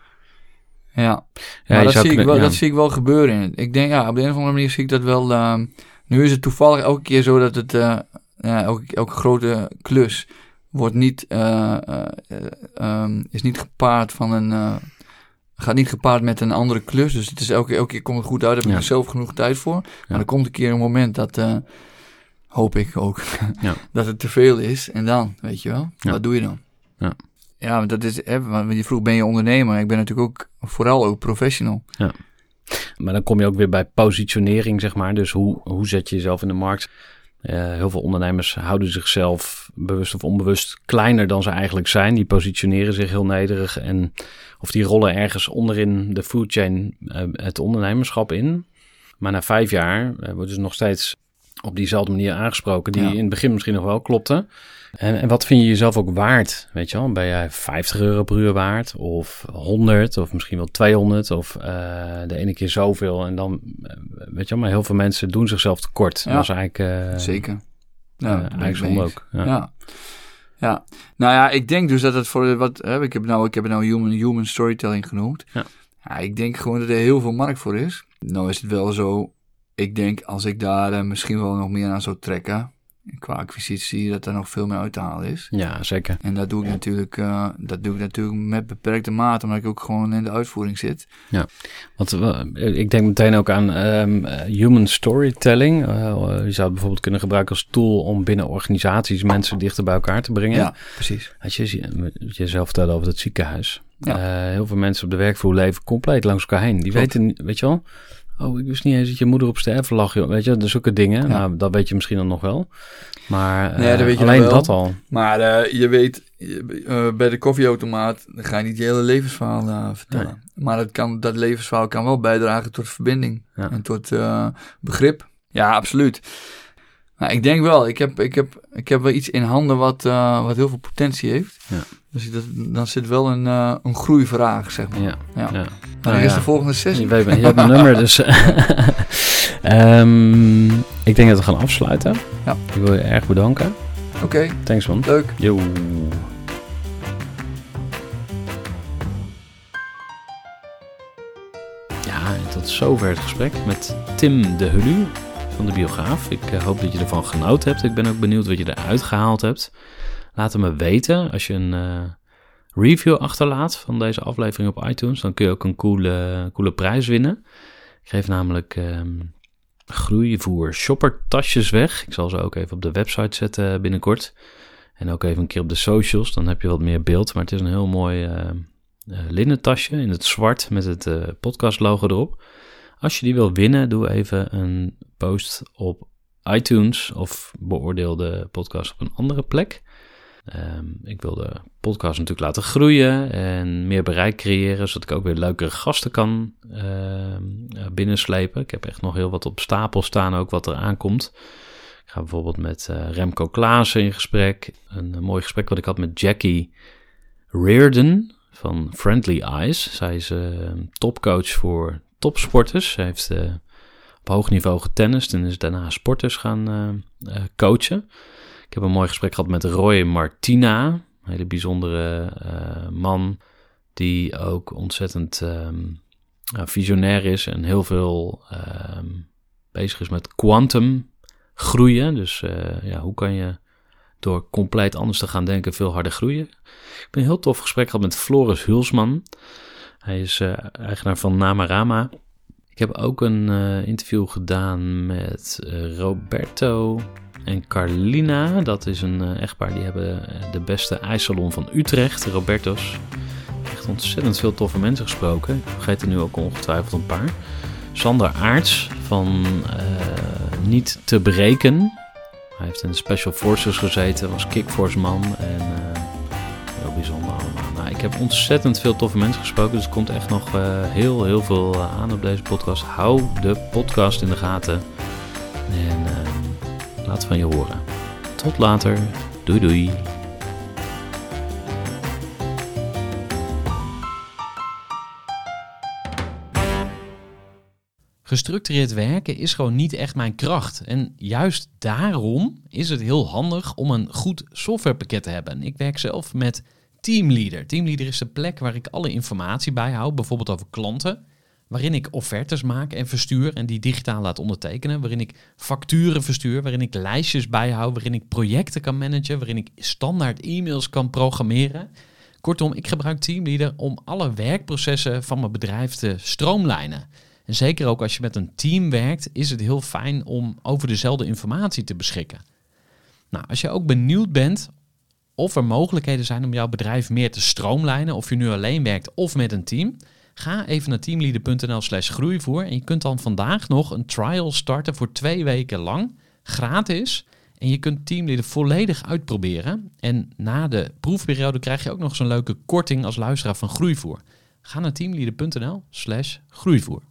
Speaker 2: Ja, maar dat zie ik wel gebeuren. Ik denk, op de een of andere manier zie ik dat wel. Nu is het toevallig elke keer zo dat het elke grote klus wordt niet is niet gepaard van gaat niet gepaard met een andere klus. Dus het is elke keer komt het goed uit. Daar heb ik zelf genoeg tijd voor. Maar er komt een keer een moment dat hoop ik ook dat het te veel is. En dan, weet je wel, wat doe je dan? Ja, dat is, want je vroeg, ben je ondernemer? Ik ben natuurlijk ook vooral ook professional. Ja.
Speaker 3: Maar dan kom je ook weer bij positionering, zeg maar. Dus hoe zet je jezelf in de markt? Heel veel ondernemers houden zichzelf bewust of onbewust kleiner dan ze eigenlijk zijn. Die positioneren zich heel nederig of die rollen ergens onderin de food chain het ondernemerschap in. Maar na 5 jaar wordt dus nog steeds op diezelfde manier aangesproken, die in het begin misschien nog wel klopte. En wat vind je jezelf ook waard? Weet je wel, ben jij €50 per uur waard? Of 100? Of misschien wel 200? Of de ene keer zoveel? En dan, weet je wel, maar heel veel mensen doen zichzelf tekort. Ja, dat is eigenlijk...
Speaker 2: zeker.
Speaker 3: Eigenlijk zonde ook.
Speaker 2: Ja. Nou ja, ik denk dus dat het voor wat... ik heb het nou human storytelling genoemd. Ja, ik denk gewoon dat er heel veel markt voor is. Nou is het wel zo... Ik denk, als ik daar misschien wel nog meer aan zou trekken, qua acquisitie, dat er nog veel meer uit te halen is.
Speaker 3: Ja, zeker.
Speaker 2: En dat doe ik natuurlijk met beperkte mate, omdat ik ook gewoon in de uitvoering zit.
Speaker 3: Ja, want ik denk meteen ook aan human storytelling. Je zou het bijvoorbeeld kunnen gebruiken als tool om binnen organisaties mensen dichter bij elkaar te brengen.
Speaker 2: Ja, precies.
Speaker 3: Als je zelf vertelde over het ziekenhuis. Ja. Heel veel mensen op de werkvloer leven compleet langs elkaar heen. Die weten, weet je wel... Oh, ik wist niet eens dat je moeder op sterven lag, joh. Weet je, dus zulke dingen. Ja. Nou, dat weet je misschien dan nog wel. Maar dat weet je alleen wel. Dat al.
Speaker 2: Maar je weet, bij de koffieautomaat ga je niet je hele levensverhaal vertellen. Nee. Maar dat levensverhaal kan wel bijdragen tot verbinding en tot begrip. Ja, absoluut. Maar ik denk wel, ik heb wel iets in handen wat heel veel potentie heeft. Ja. Dus dan zit wel een groeivraag, zeg maar. Ja. Maar is de volgende sessie?
Speaker 3: Je hebt mijn nummer, dus... ik denk dat we gaan afsluiten. Ja. Ik wil je erg bedanken.
Speaker 2: Oké.
Speaker 3: Thanks, man.
Speaker 2: Leuk.
Speaker 3: Yo. Ja, en tot zover het gesprek met Tim de Hulu van de Biograaf. Ik hoop dat je ervan genoten hebt. Ik ben ook benieuwd wat je eruit gehaald hebt. Laat het me weten als je een review achterlaat van deze aflevering op iTunes, dan kun je ook een coole prijs winnen. Ik geef namelijk Groeivoer shoppertasjes weg. Ik zal ze ook even op de website zetten binnenkort. En ook even een keer op de socials, dan heb je wat meer beeld. Maar het is een heel mooi linnen tasje in het zwart met het podcastlogo erop. Als je die wil winnen, doe even een post op iTunes of beoordeel de podcast op een andere plek. Ik wil de podcast natuurlijk laten groeien en meer bereik creëren, zodat ik ook weer leukere gasten kan binnenslepen. Ik heb echt nog heel wat op stapel staan, ook wat er aankomt. Ik ga bijvoorbeeld met Remco Klaassen in gesprek. Een mooi gesprek wat ik had met Jackie Reardon van Friendly Eyes. Zij is topcoach voor topsporters. Zij heeft op hoog niveau getennist en is daarna sporters gaan coachen. Ik heb een mooi gesprek gehad met Roy Martina, een hele bijzondere man die ook ontzettend visionair is en heel veel bezig is met quantum groeien. Dus hoe kan je door compleet anders te gaan denken veel harder groeien. Ik heb een heel tof gesprek gehad met Floris Hulsman. Hij is eigenaar van Namarama. Ik heb ook een interview gedaan met Roberto en Carlina. Dat is een echtpaar, die hebben de beste ijssalon van Utrecht, Roberto's. Echt ontzettend veel toffe mensen gesproken. Ik vergeet er nu ook ongetwijfeld een paar. Sander Aarts van Niet te Breken. Hij heeft in de Special Forces gezeten, was kickforce-man en heel bijzonder allemaal. Nou, ik heb ontzettend veel toffe mensen gesproken, dus er komt echt nog heel veel aan op deze podcast. Hou de podcast in de gaten en laat van je horen. Tot later. Doei doei.
Speaker 1: Gestructureerd werken is gewoon niet echt mijn kracht. En juist daarom is het heel handig om een goed softwarepakket te hebben. Ik werk zelf met Teamleader. Teamleader is de plek waar ik alle informatie bijhoud, bijvoorbeeld over klanten, waarin ik offertes maak en verstuur en die digitaal laat ondertekenen, waarin ik facturen verstuur, waarin ik lijstjes bijhoud, waarin ik projecten kan managen, waarin ik standaard e-mails kan programmeren. Kortom, ik gebruik Teamleader om alle werkprocessen van mijn bedrijf te stroomlijnen. En zeker ook als je met een team werkt, is het heel fijn om over dezelfde informatie te beschikken. Nou, als je ook benieuwd bent of er mogelijkheden zijn om jouw bedrijf meer te stroomlijnen, of je nu alleen werkt of met een team, ga even naar teamleader.nl/groeivoer en je kunt dan vandaag nog een trial starten voor 2 weken lang, gratis. En je kunt Teamleader volledig uitproberen. En na de proefperiode krijg je ook nog zo'n leuke korting als luisteraar van Groeivoer. Ga naar teamleader.nl/groeivoer.